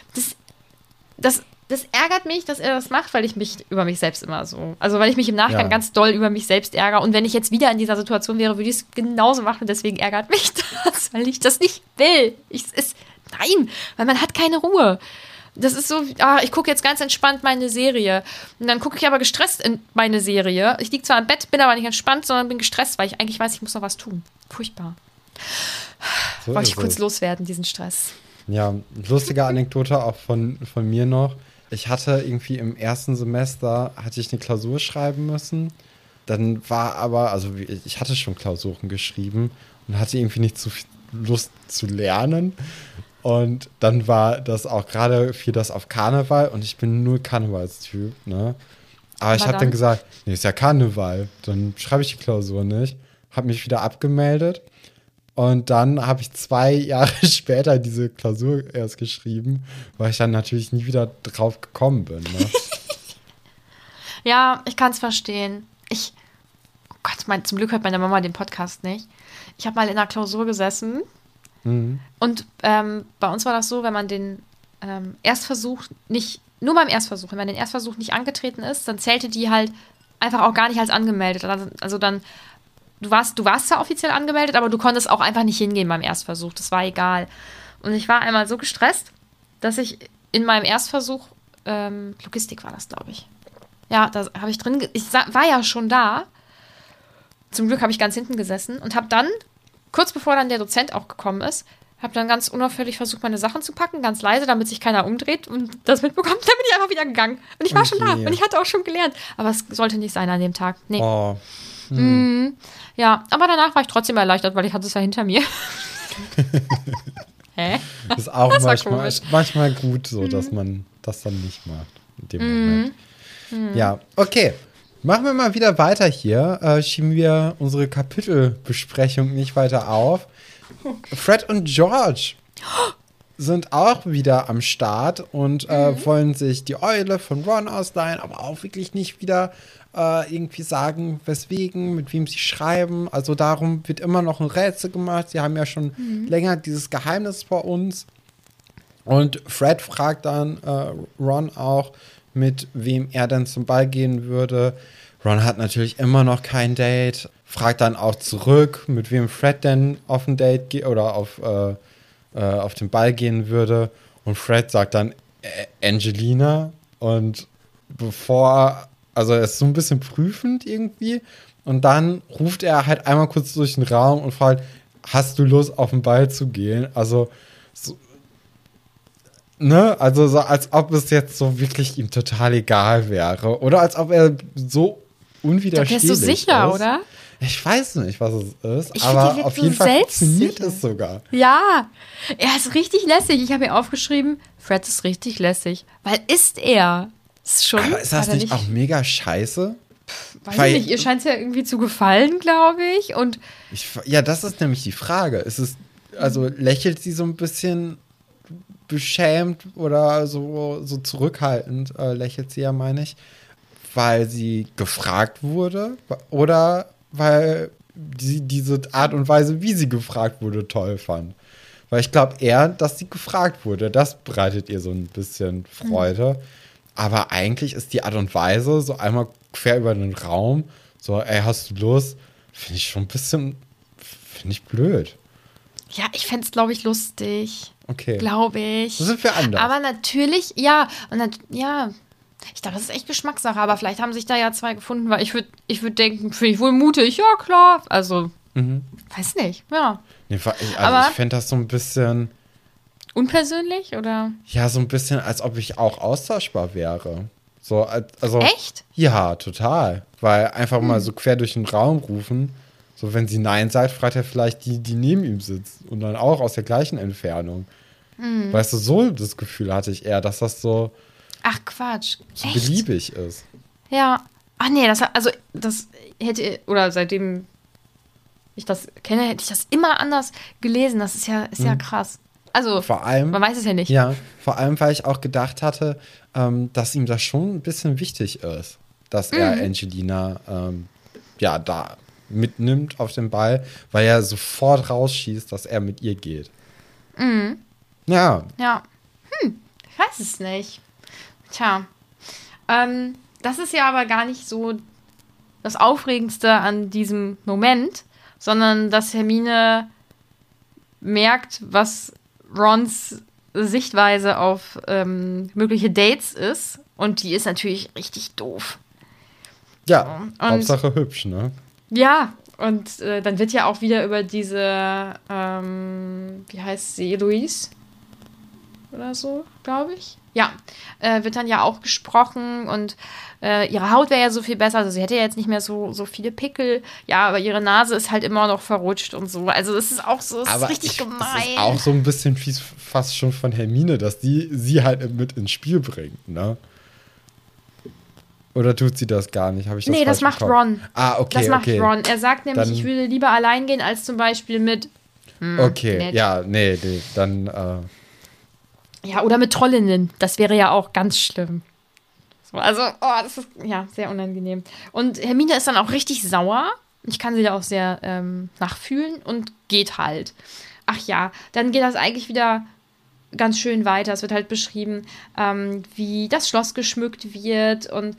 Speaker 1: das ärgert mich, dass er das macht, weil ich mich über mich selbst immer so, also weil ich mich im Nachgang ganz doll über mich selbst ärgere. Und wenn ich jetzt wieder in dieser Situation wäre, würde ich es genauso machen. Deswegen ärgert mich das, weil ich das nicht will. Nein, weil man hat keine Ruhe. Das ist so, ich gucke jetzt ganz entspannt meine Serie. Und dann gucke ich aber gestresst in meine Serie. Ich liege zwar im Bett, bin aber nicht entspannt, sondern bin gestresst, weil ich eigentlich weiß, ich muss noch was tun. Furchtbar. So wollte ich kurz loswerden, diesen Stress.
Speaker 2: Ja, lustige Anekdote auch von mir noch. Ich hatte irgendwie im ersten Semester, hatte ich eine Klausur schreiben müssen. Dann war aber, also ich hatte schon Klausuren geschrieben und hatte irgendwie nicht so viel Lust zu lernen. Und dann war das auch gerade für das auf Karneval und ich bin nur Karnevalstyp, ne? Aber ich habe dann gesagt, nee, ist ja Karneval, dann schreibe ich die Klausur nicht. Habe mich wieder abgemeldet. Und dann habe ich 2 Jahre später diese Klausur erst geschrieben, weil ich dann natürlich nie wieder drauf gekommen bin. Ne?
Speaker 1: Ja, ich kann es verstehen. Oh Gott, zum Glück hört meine Mama den Podcast nicht. Ich habe mal in einer Klausur gesessen und bei uns war das so, wenn man den Erstversuch nur beim Erstversuch, wenn man den Erstversuch nicht angetreten ist, dann zählte die halt einfach auch gar nicht als angemeldet. Also dann Du warst zwar offiziell angemeldet, aber du konntest auch einfach nicht hingehen beim Erstversuch. Das war egal. Und ich war einmal so gestresst, dass ich in meinem Erstversuch, Logistik war das, glaube ich. Ja, da habe ich drin, war ja schon da. Zum Glück habe ich ganz hinten gesessen und habe dann, kurz bevor dann der Dozent auch gekommen ist, habe dann ganz unauffällig versucht, meine Sachen zu packen, ganz leise, damit sich keiner umdreht und das mitbekommt. Dann bin ich einfach wieder gegangen. Und ich war schon da und ich hatte auch schon gelernt. Aber es sollte nicht sein an dem Tag. Nee. Oh. Ja, aber danach war ich trotzdem erleichtert, weil ich hatte es ja hinter mir.
Speaker 2: Hä? Das ist auch manchmal gut so, dass man das dann nicht macht in dem Moment. Ja, okay. Machen wir mal wieder weiter hier. Schieben wir unsere Kapitelbesprechung nicht weiter auf. Fred und George sind auch wieder am Start und wollen sich die Eule von Ron ausleihen, aber auch wirklich nicht wieder irgendwie sagen, weswegen, mit wem sie schreiben. Also darum wird immer noch ein Rätsel gemacht. Sie haben ja schon länger dieses Geheimnis vor uns. Und Fred fragt dann Ron auch, mit wem er denn zum Ball gehen würde. Ron hat natürlich immer noch kein Date. Fragt dann auch zurück, mit wem Fred denn auf ein Date oder auf den Ball gehen würde. Und Fred sagt dann Angelina. Und also er ist so ein bisschen prüfend irgendwie. Und dann ruft er halt einmal kurz durch den Raum und fragt, hast du Lust, auf den Ball zu gehen? Also, so, ne? Also so, als ob es jetzt so wirklich ihm total egal wäre. Oder als ob er so unwiderstehlich ist.
Speaker 1: Der ist so sicher, oder?
Speaker 2: Ich weiß nicht, was es ist, aber auf jeden Fall funktioniert es sogar.
Speaker 1: Ja, er ist richtig lässig. Ich habe mir aufgeschrieben, Fred ist richtig lässig. Weil ist er.
Speaker 2: Aber ist das nicht auch mega scheiße?
Speaker 1: Weiß ich nicht, ihr scheint es ja irgendwie zu gefallen, glaube ich.
Speaker 2: Ja, das ist nämlich die Frage. Also lächelt sie so ein bisschen beschämt oder so zurückhaltend, lächelt sie ja, meine ich, weil sie gefragt wurde oder weil sie diese Art und Weise, wie sie gefragt wurde, toll fand. Weil ich glaube eher, dass sie gefragt wurde. Das bereitet ihr so ein bisschen Freude. Aber eigentlich ist die Art und Weise, so einmal quer über den Raum, so, ey, hast du Lust? Finde ich schon ein bisschen, finde ich blöd.
Speaker 1: Ja, ich fände es, glaube ich, lustig.
Speaker 2: Okay.
Speaker 1: Glaube ich.
Speaker 2: So sind wir anders.
Speaker 1: Aber natürlich, ja. Ich glaube, das ist echt Geschmackssache. Aber vielleicht haben sich da ja zwei gefunden, weil ich würd denken, finde ich wohl mutig. Ja, klar. Also, weiß nicht. Ja.
Speaker 2: Nee, ich fände das so ein bisschen...
Speaker 1: Unpersönlich, oder?
Speaker 2: Ja, so ein bisschen, als ob ich auch austauschbar wäre. So, also,
Speaker 1: echt?
Speaker 2: Ja, total. Weil einfach mal so quer durch den Raum rufen, so wenn sie Nein sagt, fragt er vielleicht die neben ihm sitzt und dann auch aus der gleichen Entfernung. Weißt du, so das Gefühl hatte ich eher, dass das so,
Speaker 1: ach Quatsch,
Speaker 2: so beliebig ist.
Speaker 1: Ja. Ach nee, das hätte, oder seitdem ich das kenne, hätte ich das immer anders gelesen. Das ist ja krass. Also,
Speaker 2: vor allem,
Speaker 1: man weiß es ja nicht.
Speaker 2: Ja, vor allem, weil ich auch gedacht hatte, dass ihm das schon ein bisschen wichtig ist, dass er Angelina da mitnimmt auf den Ball, weil er sofort rausschießt, dass er mit ihr geht. Ja.
Speaker 1: Ja. Ich weiß es nicht. Tja. Das ist ja aber gar nicht so das Aufregendste an diesem Moment, sondern dass Hermine merkt, was Rons Sichtweise auf mögliche Dates ist. Und die ist natürlich richtig doof.
Speaker 2: Ja, und Hauptsache hübsch, ne?
Speaker 1: Ja, und dann wird ja auch wieder über diese, wie heißt sie, Eloise? Oder so, glaube ich. Ja, wird dann ja auch gesprochen und ihre Haut wäre ja so viel besser. Also sie hätte ja jetzt nicht mehr so viele Pickel. Ja, aber ihre Nase ist halt immer noch verrutscht und so. Also es ist auch so, es ist richtig gemein. Das ist
Speaker 2: auch so ein bisschen fies fast schon von Hermine, dass sie halt mit ins Spiel bringt, ne? Oder tut sie das gar nicht?
Speaker 1: Nee, das macht Ron.
Speaker 2: Ah, okay,
Speaker 1: das macht Ron. Er sagt nämlich, ich würde lieber allein gehen, als zum Beispiel mit
Speaker 2: okay,
Speaker 1: nett.
Speaker 2: Ja, nee, dann
Speaker 1: ja, oder mit Trollinnen. Das wäre ja auch ganz schlimm. So, also, das ist ja sehr unangenehm. Und Hermine ist dann auch richtig sauer. Ich kann sie da auch sehr nachfühlen und geht halt. Ach ja, dann geht das eigentlich wieder ganz schön weiter. Es wird halt beschrieben, wie das Schloss geschmückt wird und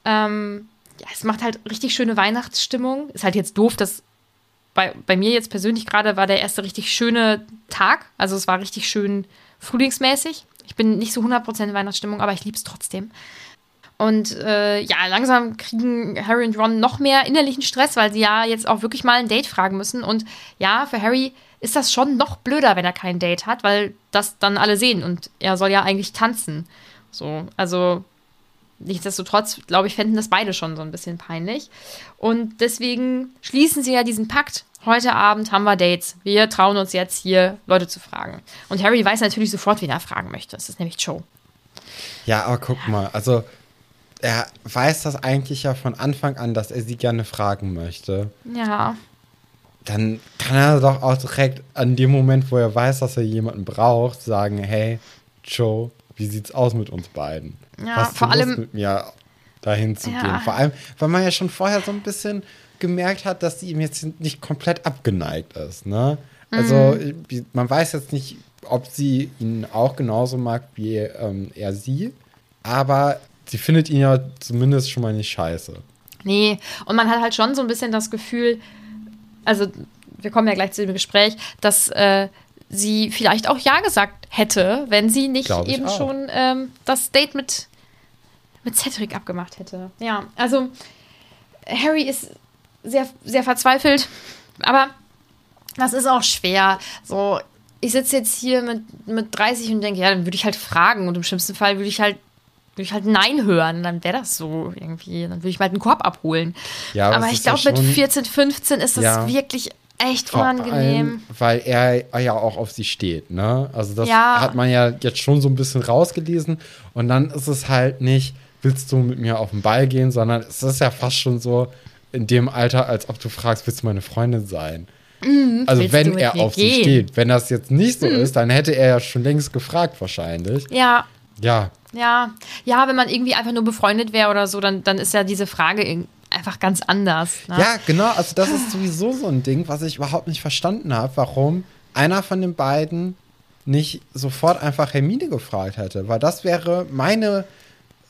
Speaker 1: es macht halt richtig schöne Weihnachtsstimmung. Ist halt jetzt doof, dass bei mir jetzt persönlich gerade war der erste richtig schöne Tag. Also es war richtig schön frühlingsmäßig. Ich bin nicht so 100% in Weihnachtsstimmung, aber ich liebe es trotzdem. Und langsam kriegen Harry und Ron noch mehr innerlichen Stress, weil sie ja jetzt auch wirklich mal ein Date fragen müssen. Und ja, für Harry ist das schon noch blöder, wenn er kein Date hat, weil das dann alle sehen. Und er soll ja eigentlich tanzen. So, also nichtsdestotrotz, glaube ich, fänden das beide schon so ein bisschen peinlich. Und deswegen schließen sie ja diesen Pakt. Heute Abend haben wir Dates. Wir trauen uns jetzt hier, Leute zu fragen. Und Harry weiß natürlich sofort, wen er fragen möchte. Das ist nämlich Cho.
Speaker 2: Ja, aber guck mal, also er weiß das eigentlich ja von Anfang an, dass er sie gerne fragen möchte.
Speaker 1: Ja.
Speaker 2: Dann kann er doch auch direkt an dem Moment, wo er weiß, dass er jemanden braucht, sagen, hey, Cho, wie sieht's aus mit uns beiden?
Speaker 1: Ja,
Speaker 2: hast du
Speaker 1: vor
Speaker 2: Lust,
Speaker 1: allem
Speaker 2: mit mir dahin zu gehen? Vor allem, weil man ja schon vorher so ein bisschen gemerkt hat, dass sie ihm jetzt nicht komplett abgeneigt ist, ne? Also man weiß jetzt nicht, ob sie ihn auch genauso mag wie er sie, aber sie findet ihn ja zumindest schon mal nicht scheiße.
Speaker 1: Nee, und man hat halt schon so ein bisschen das Gefühl, also wir kommen ja gleich zu dem Gespräch, dass sie vielleicht auch Ja gesagt hätte, wenn sie nicht eben auch schon das Date mit Cedric abgemacht hätte. Ja, also Harry ist sehr, sehr verzweifelt, aber das ist auch schwer. So, ich sitze jetzt hier mit 30 und denke, ja, dann würde ich halt fragen und im schlimmsten Fall würde ich halt Nein hören, dann wäre das so irgendwie. Dann würde ich mal einen Korb abholen. Ja, aber ich glaube, mit 14, 15 ist das wirklich echt unangenehm.
Speaker 2: Allem, weil er ja auch auf sie steht, ne? Also das hat man ja jetzt schon so ein bisschen rausgelesen. Und dann ist es halt nicht, willst du mit mir auf den Ball gehen, sondern es ist ja fast schon so in dem Alter, als ob du fragst, willst du meine Freundin sein? Also wenn er auf sie steht. Wenn das jetzt nicht so ist, dann hätte er ja schon längst gefragt wahrscheinlich.
Speaker 1: Ja.
Speaker 2: Ja.
Speaker 1: Ja, wenn man irgendwie einfach nur befreundet wäre oder so, dann ist ja diese Frage einfach ganz anders. Ne?
Speaker 2: Ja, genau. Also das ist sowieso so ein Ding, was ich überhaupt nicht verstanden habe, warum einer von den beiden nicht sofort einfach Hermine gefragt hätte. Weil das wäre meine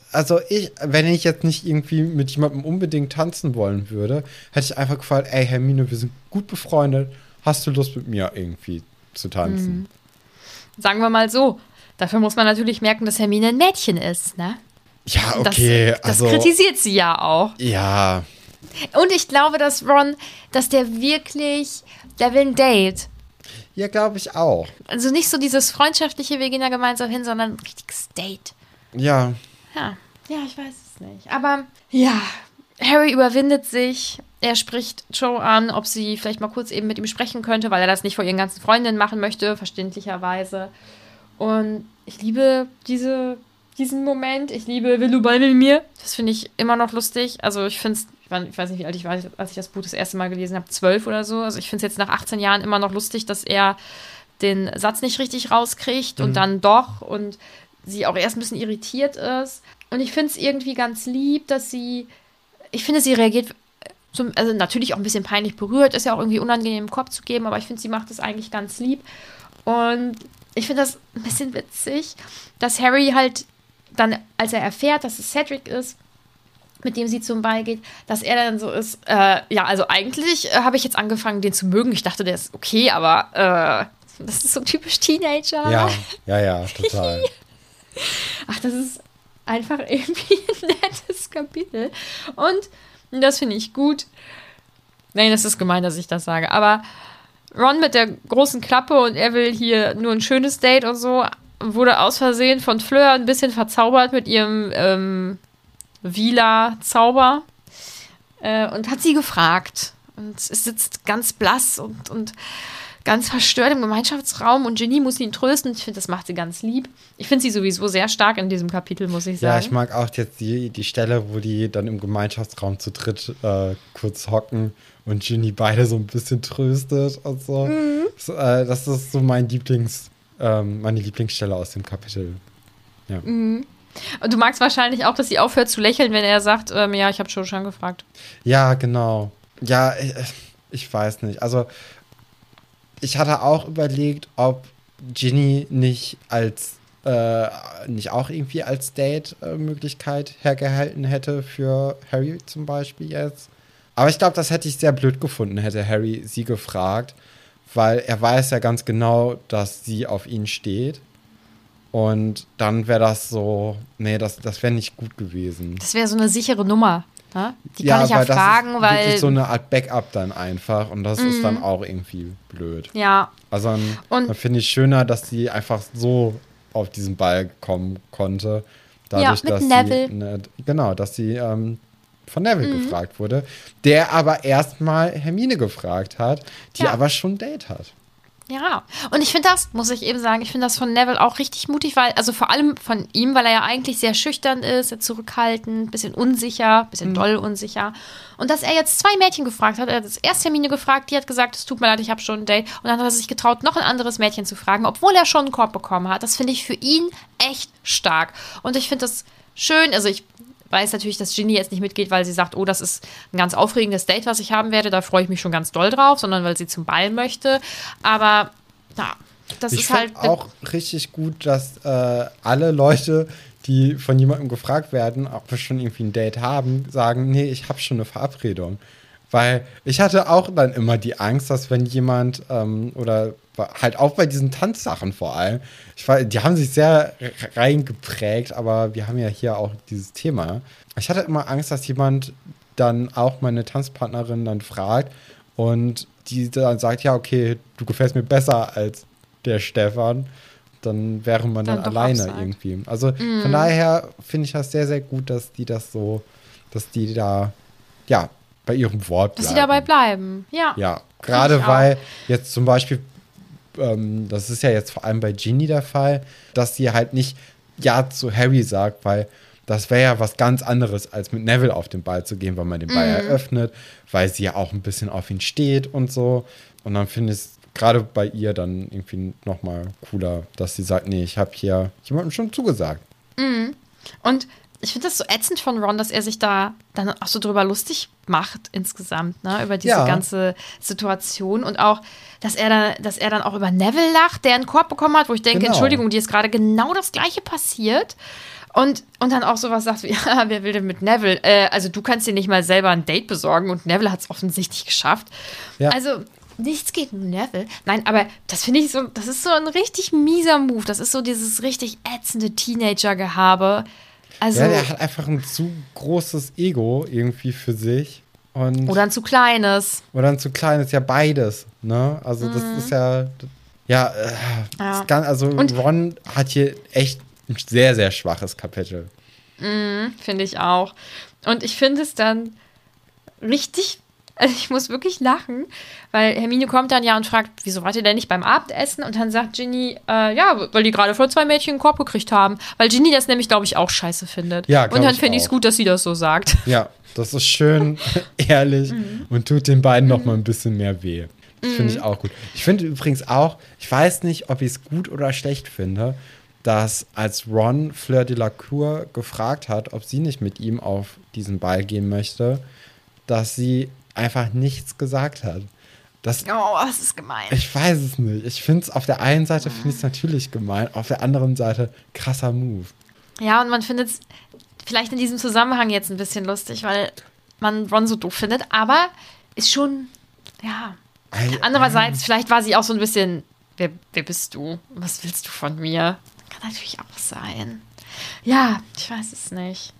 Speaker 2: wenn ich jetzt nicht irgendwie mit jemandem unbedingt tanzen wollen würde, hätte ich einfach gefragt, ey Hermine, wir sind gut befreundet, hast du Lust mit mir irgendwie zu tanzen?
Speaker 1: Sagen wir mal so, dafür muss man natürlich merken, dass Hermine ein Mädchen ist, ne?
Speaker 2: Ja, okay.
Speaker 1: Das kritisiert sie ja auch.
Speaker 2: Ja.
Speaker 1: Und ich glaube, dass Ron, der will ein Date.
Speaker 2: Ja, glaube ich auch.
Speaker 1: Also nicht so dieses freundschaftliche, wir gehen da gemeinsam hin, sondern ein richtiges Date.
Speaker 2: Ja.
Speaker 1: Ja, ich weiß es nicht. Aber ja, Harry überwindet sich. Er spricht Jo an, ob sie vielleicht mal kurz eben mit ihm sprechen könnte, weil er das nicht vor ihren ganzen Freundinnen machen möchte, verständlicherweise. Und ich liebe diesen Moment. Ich liebe Will du Ball mit mir. Das finde ich immer noch lustig. Also ich finde es, ich weiß nicht, wie alt ich war, als ich das Buch das erste Mal gelesen habe, 12 oder so. Also ich finde es jetzt nach 18 Jahren immer noch lustig, dass er den Satz nicht richtig rauskriegt und dann doch und sie auch erst ein bisschen irritiert ist. Und ich finde es irgendwie ganz lieb, dass sie reagiert, also natürlich auch ein bisschen peinlich berührt, ist ja auch irgendwie unangenehm im Kopf zu geben, aber ich finde, sie macht es eigentlich ganz lieb. Und ich finde das ein bisschen witzig, dass Harry halt dann, als er erfährt, dass es Cedric ist, mit dem sie zum Ball geht, dass er dann so ist, also eigentlich habe ich jetzt angefangen, den zu mögen. Ich dachte, der ist okay, aber das ist so typisch Teenager.
Speaker 2: Ja, total.
Speaker 1: Ach, das ist einfach irgendwie ein nettes Kapitel. Und das finde ich gut. Nein, das ist gemein, dass ich das sage. Aber Ron mit der großen Klappe und er will hier nur ein schönes Date und so, wurde aus Versehen von Fleur ein bisschen verzaubert mit ihrem Vila-Zauber und hat sie gefragt. Und es sitzt ganz blass und ganz verstört im Gemeinschaftsraum und Ginny muss ihn trösten. Ich finde, das macht sie ganz lieb. Ich finde sie sowieso sehr stark in diesem Kapitel, muss ich sagen.
Speaker 2: Ja, ich mag auch jetzt die Stelle, wo die dann im Gemeinschaftsraum zu dritt kurz hocken und Ginny beide so ein bisschen tröstet und so. Mhm. Das ist so meine Lieblingsstelle aus dem Kapitel. Ja.
Speaker 1: Mhm. Und du magst wahrscheinlich auch, dass sie aufhört zu lächeln, wenn er sagt, ja, ich habe schon gefragt.
Speaker 2: Ja, genau. Ja, ich weiß nicht. Also ich hatte auch überlegt, ob Ginny nicht auch irgendwie als Date-Möglichkeit hergehalten hätte für Harry zum Beispiel jetzt. Aber ich glaube, das hätte ich sehr blöd gefunden, hätte Harry sie gefragt, weil er weiß ja ganz genau, dass sie auf ihn steht. Und dann wäre das so, das wäre nicht gut gewesen.
Speaker 1: Das wäre so eine sichere Nummer. Ne? Die kann ich ja fragen,
Speaker 2: das ist
Speaker 1: weil
Speaker 2: wirklich so eine Art Backup dann einfach und das ist dann auch irgendwie blöd.
Speaker 1: Ja.
Speaker 2: Also dann finde ich schöner, dass sie einfach so auf diesen Ball kommen konnte. Dadurch,
Speaker 1: mit
Speaker 2: dass
Speaker 1: Neville.
Speaker 2: dass sie von Neville gefragt wurde, der aber erstmal Hermine gefragt hat, die aber schon ein Date hat.
Speaker 1: Ja, und ich finde das, muss ich eben sagen, ich finde das von Neville auch richtig mutig, weil, also vor allem von ihm, weil er ja eigentlich sehr schüchtern ist, sehr zurückhaltend, bisschen unsicher, bisschen doll unsicher. Und dass er jetzt 2 Mädchen gefragt hat, er hat das erst Hermine gefragt, die hat gesagt, es tut mir leid, ich habe schon ein Date. Und dann hat er sich getraut, noch ein anderes Mädchen zu fragen, obwohl er schon einen Korb bekommen hat. Das finde ich für ihn echt stark. Und ich finde das schön, also ich weiß natürlich, dass Ginny jetzt nicht mitgeht, weil sie sagt, oh, das ist ein ganz aufregendes Date, was ich haben werde, da freue ich mich schon ganz doll drauf, sondern weil sie zum Ball möchte. Aber, das ist halt... Ich
Speaker 2: finde auch richtig gut, dass alle Leute, die von jemandem gefragt werden, ob wir schon irgendwie ein Date haben, sagen, nee, ich habe schon eine Verabredung. Weil ich hatte auch dann immer die Angst, dass wenn jemand oder halt auch bei diesen Tanzsachen vor allem, die haben sich sehr reingeprägt, aber wir haben ja hier auch dieses Thema. Ich hatte immer Angst, dass jemand dann auch meine Tanzpartnerin dann fragt und die dann sagt, ja, okay, du gefällst mir besser als der Stefan, dann wäre man dann alleine absagt. Irgendwie. Also von daher finde ich das sehr, sehr gut, dass die da, ja, bei ihrem Wort bleiben.
Speaker 1: Dass sie dabei bleiben, ja.
Speaker 2: Ja, gerade weil jetzt zum Beispiel, das ist ja jetzt vor allem bei Ginny der Fall, dass sie halt nicht Ja zu Harry sagt, weil das wäre ja was ganz anderes, als mit Neville auf den Ball zu gehen, weil man den Ball eröffnet, weil sie ja auch ein bisschen auf ihn steht und so. Und dann finde ich es gerade bei ihr dann irgendwie nochmal cooler, dass sie sagt, nee, ich habe hier jemandem schon zugesagt.
Speaker 1: Und ich finde das so ätzend von Ron, dass er sich da dann auch so drüber lustig macht insgesamt, ne, über diese ganze Situation und auch, dass er dann auch über Neville lacht, der einen Korb bekommen hat, wo ich denke, Entschuldigung, dir ist gerade genau das Gleiche passiert Und dann auch sowas sagt wie, ja, wer will denn mit Neville? Also du kannst dir nicht mal selber ein Date besorgen und Neville hat es offensichtlich geschafft. Ja. Also nichts gegen Neville. Nein, aber das finde ich so, das ist so ein richtig mieser Move. Das ist so dieses richtig ätzende Teenager-Gehabe. Also,
Speaker 2: ja, der hat einfach ein zu großes Ego irgendwie für sich.
Speaker 1: Oder ein zu kleines.
Speaker 2: Oder ein zu kleines, ja beides. Ne? Also das ist und Ron hat hier echt ein sehr, sehr schwaches Kapitel.
Speaker 1: Finde ich auch. Und ich finde es dann richtig, also ich muss wirklich lachen, weil Hermine kommt dann ja und fragt, wieso wart ihr denn nicht beim Abendessen? Und dann sagt Ginny, weil die gerade von 2 Mädchen einen Korb gekriegt haben. Weil Ginny das nämlich, glaube ich, auch scheiße findet.
Speaker 2: Ja,
Speaker 1: und dann finde ich es gut, dass sie das so sagt.
Speaker 2: Ja, das ist schön, ehrlich und tut den beiden noch mal ein bisschen mehr weh. Das finde ich auch gut. Ich finde übrigens auch, ich weiß nicht, ob ich es gut oder schlecht finde, dass als Ron Fleur Delacour gefragt hat, ob sie nicht mit ihm auf diesen Ball gehen möchte, dass sie einfach nichts gesagt hat. Das
Speaker 1: ist gemein.
Speaker 2: Ich weiß es nicht. Ich finde es auf der einen Seite finde ich es natürlich gemein, auf der anderen Seite krasser Move.
Speaker 1: Ja, und man findet es vielleicht in diesem Zusammenhang jetzt ein bisschen lustig, weil man Ron so doof findet, aber ist schon, ja. Andererseits, vielleicht war sie auch so ein bisschen, wer bist du? Was willst du von mir? Kann natürlich auch sein. Ja, ich weiß es nicht.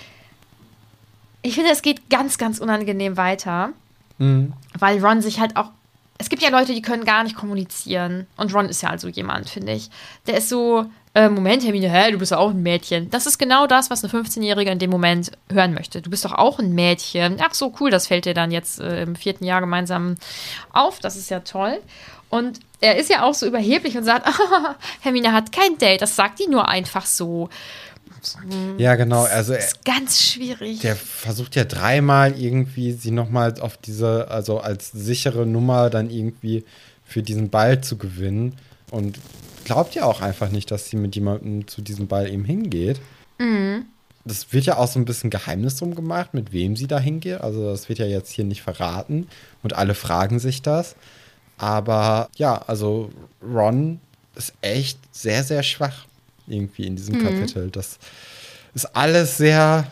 Speaker 1: Ich finde, es geht ganz, ganz unangenehm weiter, weil Ron sich halt auch, es gibt ja Leute, die können gar nicht kommunizieren und Ron ist ja also jemand, finde ich. Der ist so, Moment, Hermine, du bist doch auch ein Mädchen. Das ist genau das, was eine 15-Jährige in dem Moment hören möchte. Du bist doch auch ein Mädchen. Ach so, cool, das fällt dir dann jetzt im 4. Jahr gemeinsam auf. Das ist ja toll. Und er ist ja auch so überheblich und sagt, Hermine hat kein Date. Das sagt die nur einfach so.
Speaker 2: Ja, genau. Also
Speaker 1: das ist ganz schwierig.
Speaker 2: Der versucht ja 3-mal irgendwie sie nochmal auf diese, also als sichere Nummer dann irgendwie für diesen Ball zu gewinnen. Und glaubt ja auch einfach nicht, dass sie mit jemandem zu diesem Ball eben hingeht. Das wird ja auch so ein bisschen Geheimnis drum gemacht, mit wem sie da hingeht. Also das wird ja jetzt hier nicht verraten. Und alle fragen sich das. Aber ja, also Ron ist echt sehr, sehr schwach irgendwie in diesem Kapitel. Das ist alles sehr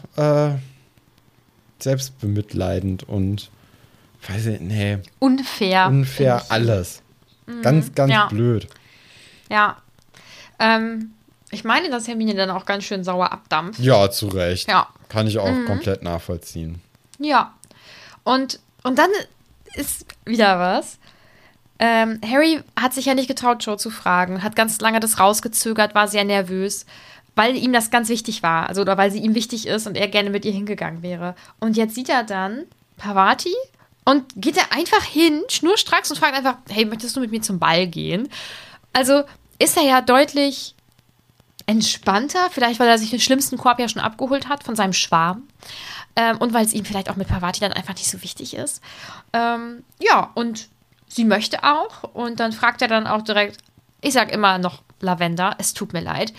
Speaker 2: selbstbemitleidend und weiß ich, nee. Unfair alles. Ganz, ganz blöd.
Speaker 1: Ja. Ich meine, dass Hermine dann auch ganz schön sauer abdampft.
Speaker 2: Ja, zu Recht.
Speaker 1: Ja.
Speaker 2: Kann ich auch komplett nachvollziehen.
Speaker 1: Ja. Und dann ist wieder was. Harry hat sich ja nicht getraut, Jo zu fragen, hat ganz lange das rausgezögert, war sehr nervös, weil ihm das ganz wichtig war, also oder weil sie ihm wichtig ist und er gerne mit ihr hingegangen wäre. Und jetzt sieht er dann Pavati und geht er einfach hin, schnurstracks und fragt einfach, hey, möchtest du mit mir zum Ball gehen? Also ist er ja deutlich entspannter, vielleicht weil er sich den schlimmsten Korb ja schon abgeholt hat von seinem Schwarm. Und weil es ihm vielleicht auch mit Pavati dann einfach nicht so wichtig ist. Und sie möchte auch. Und dann fragt er dann auch direkt, ich sag immer noch Lavender, es tut mir leid.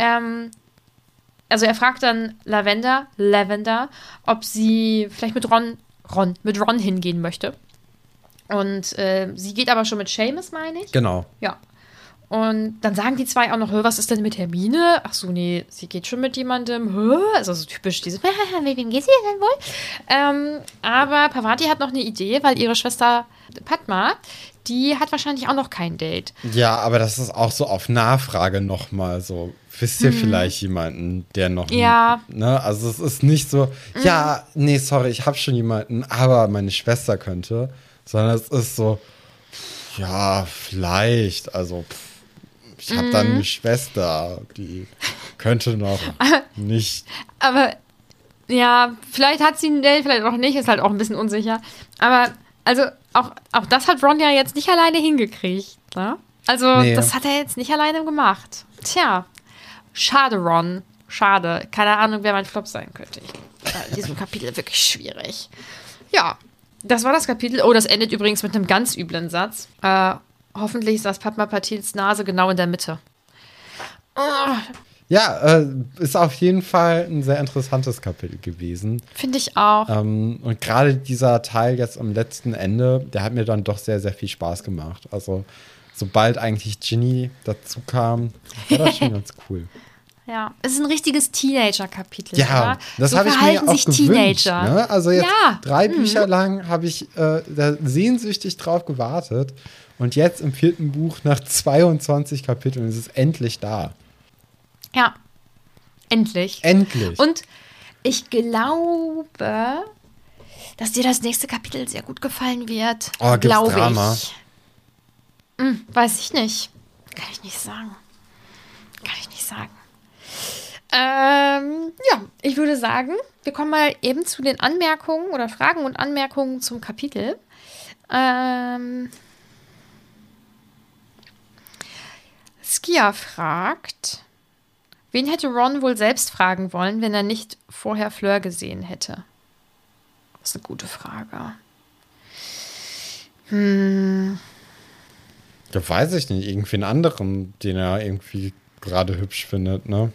Speaker 1: Also er fragt dann Lavender, ob sie vielleicht mit Ron hingehen möchte. Und sie geht aber schon mit Seamus, meine ich.
Speaker 2: Genau.
Speaker 1: Ja. Und dann sagen die zwei auch noch, was ist denn mit Hermine? Ach so, nee, sie geht schon mit jemandem. Also so typisch dieses, mit wem geht sie denn wohl? Aber Pavati hat noch eine Idee, weil ihre Schwester Padma, die hat wahrscheinlich auch noch kein Date.
Speaker 2: Ja, aber das ist auch so auf Nachfrage nochmal so. Wisst ihr vielleicht jemanden, der noch...
Speaker 1: Ja.
Speaker 2: Ne? Also es ist nicht so, ja, nee, sorry, ich habe schon jemanden, aber meine Schwester könnte. Sondern es ist so, ja, vielleicht, also... Ich habe dann eine Schwester, die könnte noch nicht.
Speaker 1: Aber ja, vielleicht hat sie ein Date, vielleicht auch nicht, ist halt auch ein bisschen unsicher. Aber also auch das hat Ron ja jetzt nicht alleine hingekriegt. Ne? Also das hat er jetzt nicht alleine gemacht. Tja, schade Ron, schade. Keine Ahnung, wer mein Flop sein könnte. In diesem Kapitel wirklich schwierig. Ja, das war das Kapitel. Oh, das endet übrigens mit einem ganz üblen Satz. Hoffentlich saß Padma Patils Nase genau in der Mitte.
Speaker 2: Ja, ist auf jeden Fall ein sehr interessantes Kapitel gewesen.
Speaker 1: Finde ich auch.
Speaker 2: Und gerade dieser Teil jetzt am letzten Ende, der hat mir dann doch sehr, sehr viel Spaß gemacht. Also sobald eigentlich Ginny dazu kam, war das schon ganz cool.
Speaker 1: Ja, es ist ein richtiges Teenager-Kapitel.
Speaker 2: Ja,
Speaker 1: oder?
Speaker 2: das
Speaker 1: so
Speaker 2: habe ich mir auch gewünscht.
Speaker 1: Teenager.
Speaker 2: Ne? Also jetzt 3 Bücher lang habe ich da sehnsüchtig drauf gewartet. Und jetzt im 4. Buch nach 22 Kapiteln ist es endlich da.
Speaker 1: Ja, endlich.
Speaker 2: Endlich.
Speaker 1: Und ich glaube, dass dir das nächste Kapitel sehr gut gefallen wird.
Speaker 2: Oh, gibt's
Speaker 1: glaube
Speaker 2: Drama?
Speaker 1: ich. Weiß ich nicht. Kann ich nicht sagen. Ja, ich würde sagen, wir kommen mal eben zu den Anmerkungen oder Fragen und Anmerkungen zum Kapitel. Skia fragt, wen hätte Ron wohl selbst fragen wollen, wenn er nicht vorher Fleur gesehen hätte? Das ist eine gute Frage.
Speaker 2: Da weiß ich nicht. Irgendwie einen anderen, den er irgendwie gerade hübsch findet, ne?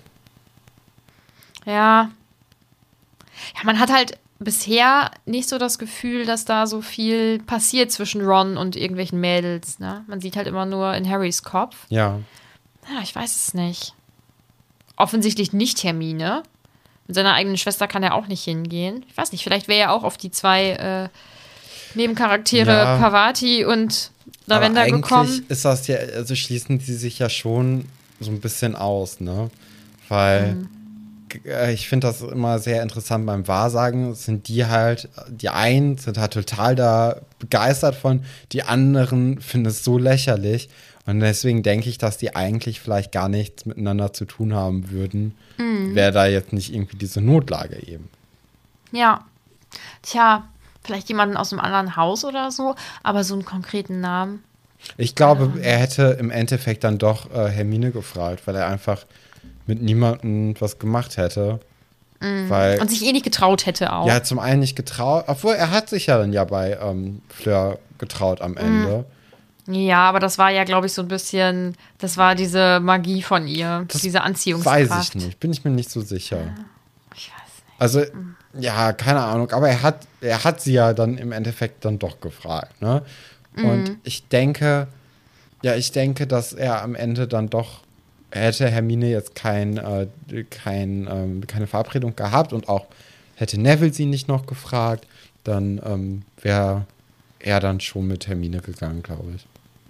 Speaker 1: Ja. Ja, man hat halt bisher nicht so das Gefühl, dass da so viel passiert zwischen Ron und irgendwelchen Mädels, ne? Man sieht halt immer nur in Harrys Kopf.
Speaker 2: Ja.
Speaker 1: Ja, ich weiß es nicht. Offensichtlich nicht Hermine. Mit seiner eigenen Schwester kann er auch nicht hingehen. Ich weiß nicht, vielleicht wäre er auch auf die 2 Nebencharaktere Parvati und Lavender gekommen.
Speaker 2: Eigentlich ist das ja, also schließen die sich ja schon so ein bisschen aus, ne? Weil ich finde das immer sehr interessant beim Wahrsagen. Sind die einen sind halt total da begeistert von, die anderen finden es so lächerlich. Und deswegen denke ich, dass die eigentlich vielleicht gar nichts miteinander zu tun haben würden. Wäre da jetzt nicht irgendwie diese Notlage eben.
Speaker 1: Ja. Tja, vielleicht jemanden aus einem anderen Haus oder so, aber so einen konkreten Namen.
Speaker 2: Ich glaube, er hätte im Endeffekt dann doch Hermine gefragt, weil er einfach mit niemandem was gemacht hätte. Weil,
Speaker 1: und sich nicht getraut hätte auch.
Speaker 2: Ja, zum einen nicht getraut, obwohl er hat sich ja dann bei Fleur getraut am Ende.
Speaker 1: Ja, aber das war ja, glaube ich, so ein bisschen, das war diese Magie von ihr, diese Anziehungskraft.
Speaker 2: Weiß ich nicht, bin ich mir nicht so sicher.
Speaker 1: Ich weiß nicht.
Speaker 2: Also, ja, keine Ahnung, aber er hat sie ja dann im Endeffekt dann doch gefragt, ne? Und ich denke, dass er am Ende dann doch, hätte Hermine jetzt keine Verabredung gehabt und auch hätte Neville sie nicht noch gefragt, dann wäre er dann schon mit Hermine gegangen, glaube ich.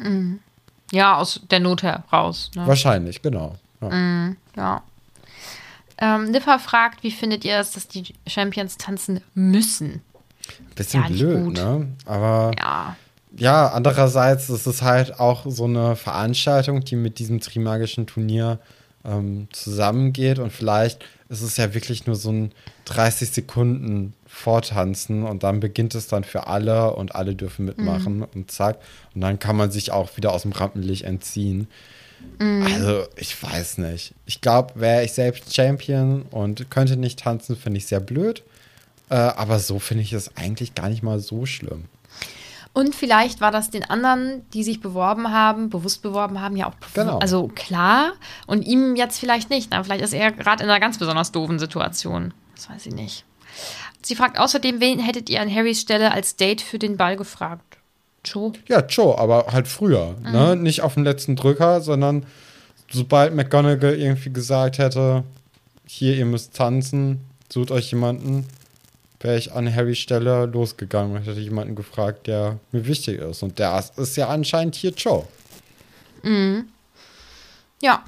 Speaker 1: Ja, aus der Not heraus. Ne?
Speaker 2: Wahrscheinlich, genau.
Speaker 1: Ja. Niffer fragt, wie findet ihr es, dass die Champions tanzen müssen?
Speaker 2: Bisschen blöd,
Speaker 1: gut.
Speaker 2: ne? Aber
Speaker 1: ja,
Speaker 2: andererseits ist es halt auch so eine Veranstaltung, die mit diesem Trimagischen Turnier zusammengeht und vielleicht ist es ja wirklich nur so ein 30 Sekunden Vortanzen und dann beginnt es dann für alle und alle dürfen mitmachen und zack. Und dann kann man sich auch wieder aus dem Rampenlicht entziehen. Also, ich weiß nicht. Ich glaube, wäre ich selbst Champion und könnte nicht tanzen, finde ich sehr blöd. Aber so finde ich es eigentlich gar nicht mal so schlimm.
Speaker 1: Und vielleicht war das den anderen, die sich bewusst beworben haben, ja auch
Speaker 2: Genau.
Speaker 1: Also klar. Und ihm jetzt vielleicht nicht. Na, vielleicht ist er gerade in einer ganz besonders doofen Situation. Das weiß ich nicht. Sie fragt außerdem, wen hättet ihr an Harrys Stelle als Date für den Ball gefragt? Cho?
Speaker 2: Ja, Cho, aber halt früher. Ne? Nicht auf den letzten Drücker, sondern sobald McGonagall irgendwie gesagt hätte, hier, ihr müsst tanzen, sucht euch jemanden, wäre ich an Harrys Stelle losgegangen und hätte jemanden gefragt, der mir wichtig ist. Und der ist ja anscheinend hier Cho.
Speaker 1: Ja.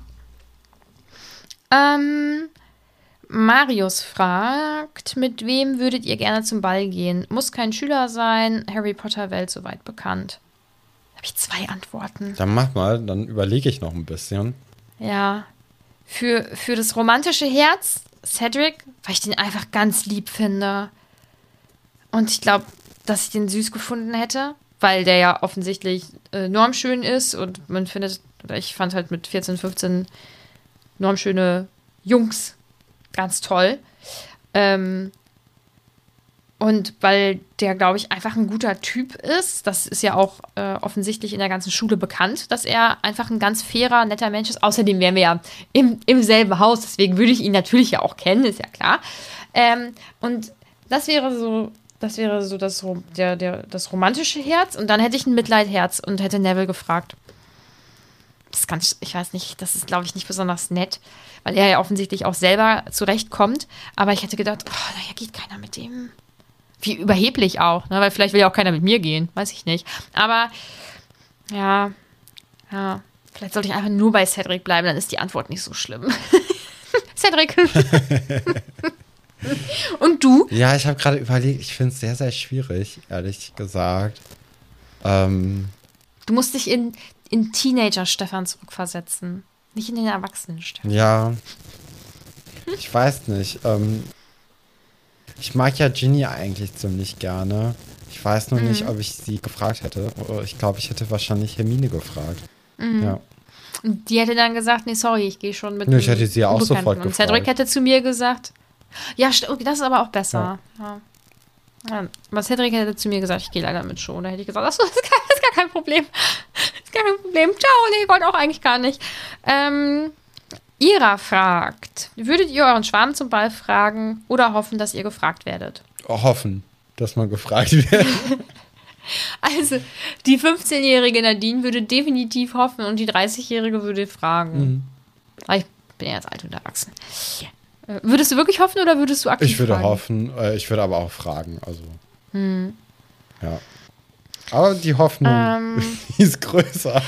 Speaker 1: Marius fragt, mit wem würdet ihr gerne zum Ball gehen? Muss kein Schüler sein, Harry Potter Welt soweit bekannt. Da habe ich 2 Antworten.
Speaker 2: Dann mach mal, dann überlege ich noch ein bisschen.
Speaker 1: Ja. Für das romantische Herz, Cedric, weil ich den einfach ganz lieb finde. Und ich glaube, dass ich den süß gefunden hätte, weil der ja offensichtlich normschön ist und man findet, oder ich fand halt mit 14, 15 normschöne Jungs ganz toll. Und weil der, glaube ich, einfach ein guter Typ ist. Das ist ja auch offensichtlich in der ganzen Schule bekannt, dass er einfach ein ganz fairer, netter Mensch ist. Außerdem wären wir ja im selben Haus, deswegen würde ich ihn natürlich ja auch kennen, ist ja klar. Und das wäre so das romantische Herz. Und dann hätte ich ein Mitleidherz und hätte Neville gefragt. ich weiß nicht, das ist, glaube ich, nicht besonders nett, weil er ja offensichtlich auch selber zurechtkommt. Aber ich hätte gedacht, naja, geht keiner mit dem. Wie überheblich auch, ne? Weil vielleicht will ja auch keiner mit mir gehen, weiß ich nicht. Aber ja, vielleicht sollte ich einfach nur bei Cedric bleiben, dann ist die Antwort nicht so schlimm. Cedric. Und du?
Speaker 2: Ja, ich habe gerade überlegt, ich finde es sehr, sehr schwierig, ehrlich gesagt.
Speaker 1: Du musst dich in Teenager-Stefan zurückversetzen, nicht in den Erwachsenen-Stefan.
Speaker 2: Ja, ich weiß nicht. Ich mag ja Ginny eigentlich ziemlich gerne. Ich weiß nur nicht, ob ich sie gefragt hätte. Ich glaube, ich hätte wahrscheinlich Hermine gefragt. Ja.
Speaker 1: Und die hätte dann gesagt, nee, sorry, ich gehe schon mit
Speaker 2: Nö, ich hätte sie ja auch
Speaker 1: Unbekannten.
Speaker 2: sofort
Speaker 1: Und
Speaker 2: gefragt.
Speaker 1: Cedric hätte zu mir gesagt, ja, okay, das ist aber auch besser. Ja. Aber Cedric hätte zu mir gesagt, ich gehe leider mit schon. Da hätte ich gesagt, das ist gar kein Problem. Das ist gar kein Problem. Ciao, nee, ich wollte auch eigentlich gar nicht. Ira fragt, würdet ihr euren Schwarm zum Ball fragen oder hoffen, dass ihr gefragt werdet?
Speaker 2: Hoffen, dass man gefragt wird.
Speaker 1: Also, die 15-jährige Nadine würde definitiv hoffen und die 30-jährige würde fragen. Ich bin ja jetzt alt und erwachsen. Würdest du wirklich hoffen oder würdest du aktiv
Speaker 2: Ich würde
Speaker 1: fragen?
Speaker 2: hoffen, ich würde aber auch fragen. Also, ja. Aber die Hoffnung ist größer.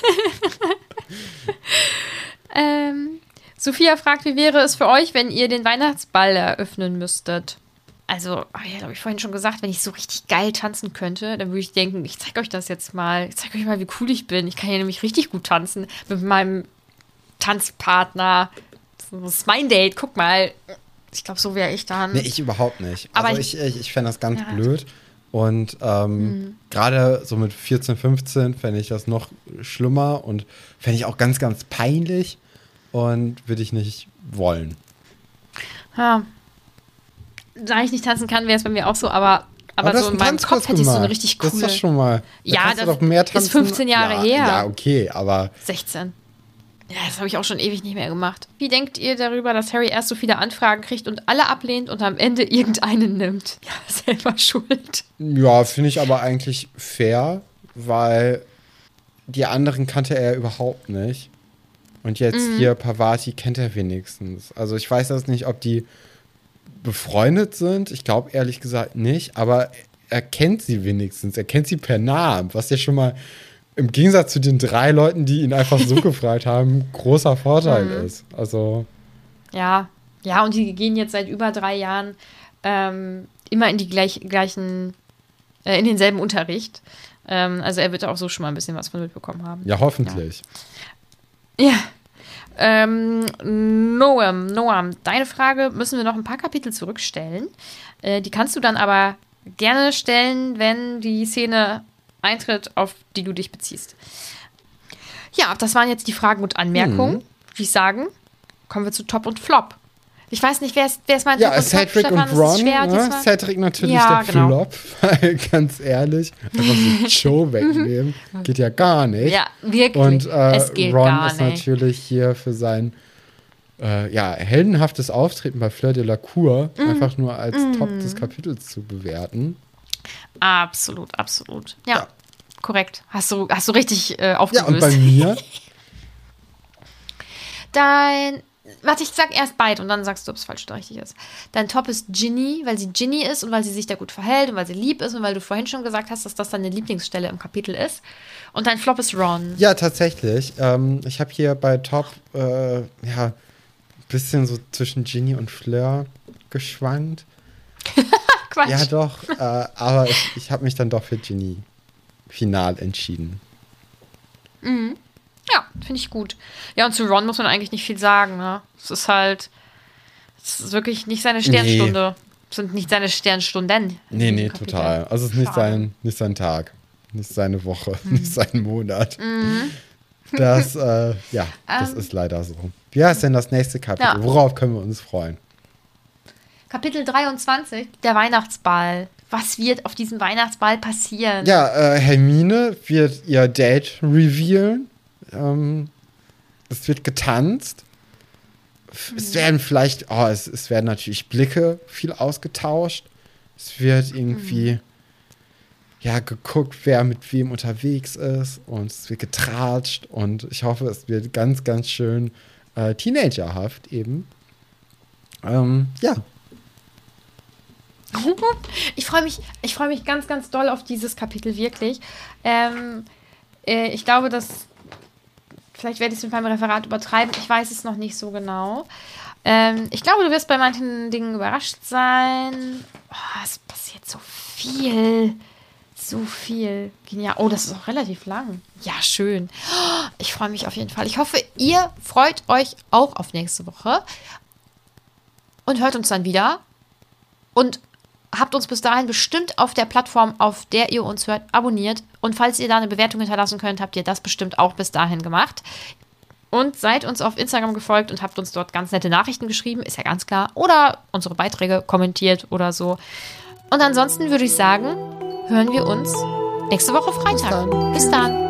Speaker 1: Sophia fragt, wie wäre es für euch, wenn ihr den Weihnachtsball eröffnen müsstet? Also, habe ich ja, glaube ich, vorhin schon gesagt, wenn ich so richtig geil tanzen könnte, dann würde ich denken, ich zeige euch das jetzt mal. Ich zeige euch mal, wie cool ich bin. Ich kann ja nämlich richtig gut tanzen mit meinem Tanzpartner. Das ist mein Date, guck mal. Ich glaube, so wäre ich dann.
Speaker 2: Nee, ich überhaupt nicht.
Speaker 1: Aber
Speaker 2: also ich fände das ganz blöd. Und gerade so mit 14, 15 fände ich das noch schlimmer und fände ich auch ganz, ganz peinlich und würde ich nicht wollen.
Speaker 1: Ja. Da ich nicht tanzen kann, wäre es bei mir auch so, aber so in meinem Kopf hätte ich so eine richtig coole.
Speaker 2: Das ist doch schon mal.
Speaker 1: Ja, das
Speaker 2: doch mehr tanzen.
Speaker 1: ist 15 Jahre her.
Speaker 2: Ja, okay, aber.
Speaker 1: 16. Ja, das habe ich auch schon ewig nicht mehr gemacht. Wie denkt ihr darüber, dass Harry erst so viele Anfragen kriegt und alle ablehnt und am Ende irgendeinen nimmt? Ja, selber schuld.
Speaker 2: Ja, finde ich aber eigentlich fair, weil die anderen kannte er überhaupt nicht. Und jetzt hier Pavati kennt er wenigstens. Also ich weiß jetzt nicht, ob die befreundet sind. Ich glaube ehrlich gesagt nicht, aber er kennt sie wenigstens. Er kennt sie per Namen, was ja schon mal im Gegensatz zu den 3 Leuten, die ihn einfach so gefragt haben, großer Vorteil ist. Also.
Speaker 1: Ja, und die gehen jetzt seit über 3 Jahren immer in die gleichen, in denselben Unterricht. Also er wird auch so schon mal ein bisschen was von mitbekommen haben.
Speaker 2: Ja, hoffentlich.
Speaker 1: Ja. Noam, deine Frage müssen wir noch ein paar Kapitel zurückstellen. Die kannst du dann aber gerne stellen, wenn die Szene eintritt, auf die du dich beziehst. Ja, das waren jetzt die Fragen und Anmerkungen. Würde ich sagen, kommen wir zu Top und Flop. Ich weiß nicht, wer ist mein Top und Flop,
Speaker 2: Cedric
Speaker 1: Stefan?
Speaker 2: und Ron.
Speaker 1: Schwer,
Speaker 2: Ne? Cedric natürlich der Flop, weil ganz ehrlich, einfach so Joe wegnehmen, geht ja gar nicht.
Speaker 1: Ja, wirklich.
Speaker 2: Und
Speaker 1: es geht
Speaker 2: Ron
Speaker 1: gar
Speaker 2: ist
Speaker 1: nicht.
Speaker 2: natürlich hier für sein heldenhaftes Auftreten bei Fleur de la Cour einfach nur als Top des Kapitels zu bewerten.
Speaker 1: Absolut. Ja. Korrekt. Hast du richtig aufgelöst.
Speaker 2: Ja, und bei mir?
Speaker 1: Warte, ich sag erst beide und dann sagst du, ob es falsch oder richtig ist. Dein Top ist Ginny, weil sie Ginny ist und weil sie sich da gut verhält und weil sie lieb ist und weil du vorhin schon gesagt hast, dass das deine Lieblingsstelle im Kapitel ist. Und dein Flop ist Ron.
Speaker 2: Ja, tatsächlich. Ich habe hier bei Top ein bisschen so zwischen Ginny und Fleur geschwankt.
Speaker 1: Quatsch.
Speaker 2: Ja, doch. Aber ich habe mich dann doch für Ginny final entschieden.
Speaker 1: Ja, finde ich gut. Ja, und zu Ron muss man eigentlich nicht viel sagen, ne? Es ist wirklich nicht seine Sternstunde. Es sind nicht seine Sternstunden.
Speaker 2: Nee, total. Also es ist nicht sein Tag, nicht seine Woche, nicht sein Monat. Das, das ist leider so. Wie heißt denn das nächste Kapitel? Ja. Worauf können wir uns freuen?
Speaker 1: Kapitel 23, der Weihnachtsball. Was wird auf diesem Weihnachtsball passieren?
Speaker 2: Ja, Hermine wird ihr Date revealen. Es wird getanzt. Es werden vielleicht, es werden natürlich Blicke viel ausgetauscht. Es wird irgendwie, geguckt, wer mit wem unterwegs ist und es wird getratscht und ich hoffe, es wird ganz, ganz schön teenagerhaft eben. Ja.
Speaker 1: Ich freue mich ganz, ganz doll auf dieses Kapitel, wirklich. Ich glaube, vielleicht werde ich es mit meinem Referat übertreiben, ich weiß es noch nicht so genau. Ich glaube, du wirst bei manchen Dingen überrascht sein. Oh, es passiert so viel. So viel. Genial. Oh, das ist auch relativ lang. Ja, schön. Ich freue mich auf jeden Fall. Ich hoffe, ihr freut euch auch auf nächste Woche und hört uns dann wieder. Und habt uns bis dahin bestimmt auf der Plattform, auf der ihr uns hört, abonniert. Und falls ihr da eine Bewertung hinterlassen könnt, habt ihr das bestimmt auch bis dahin gemacht. Und seid uns auf Instagram gefolgt und habt uns dort ganz nette Nachrichten geschrieben, ist ja ganz klar. Oder unsere Beiträge kommentiert oder so. Und ansonsten würde ich sagen, hören wir uns nächste Woche Freitag. Bis dann.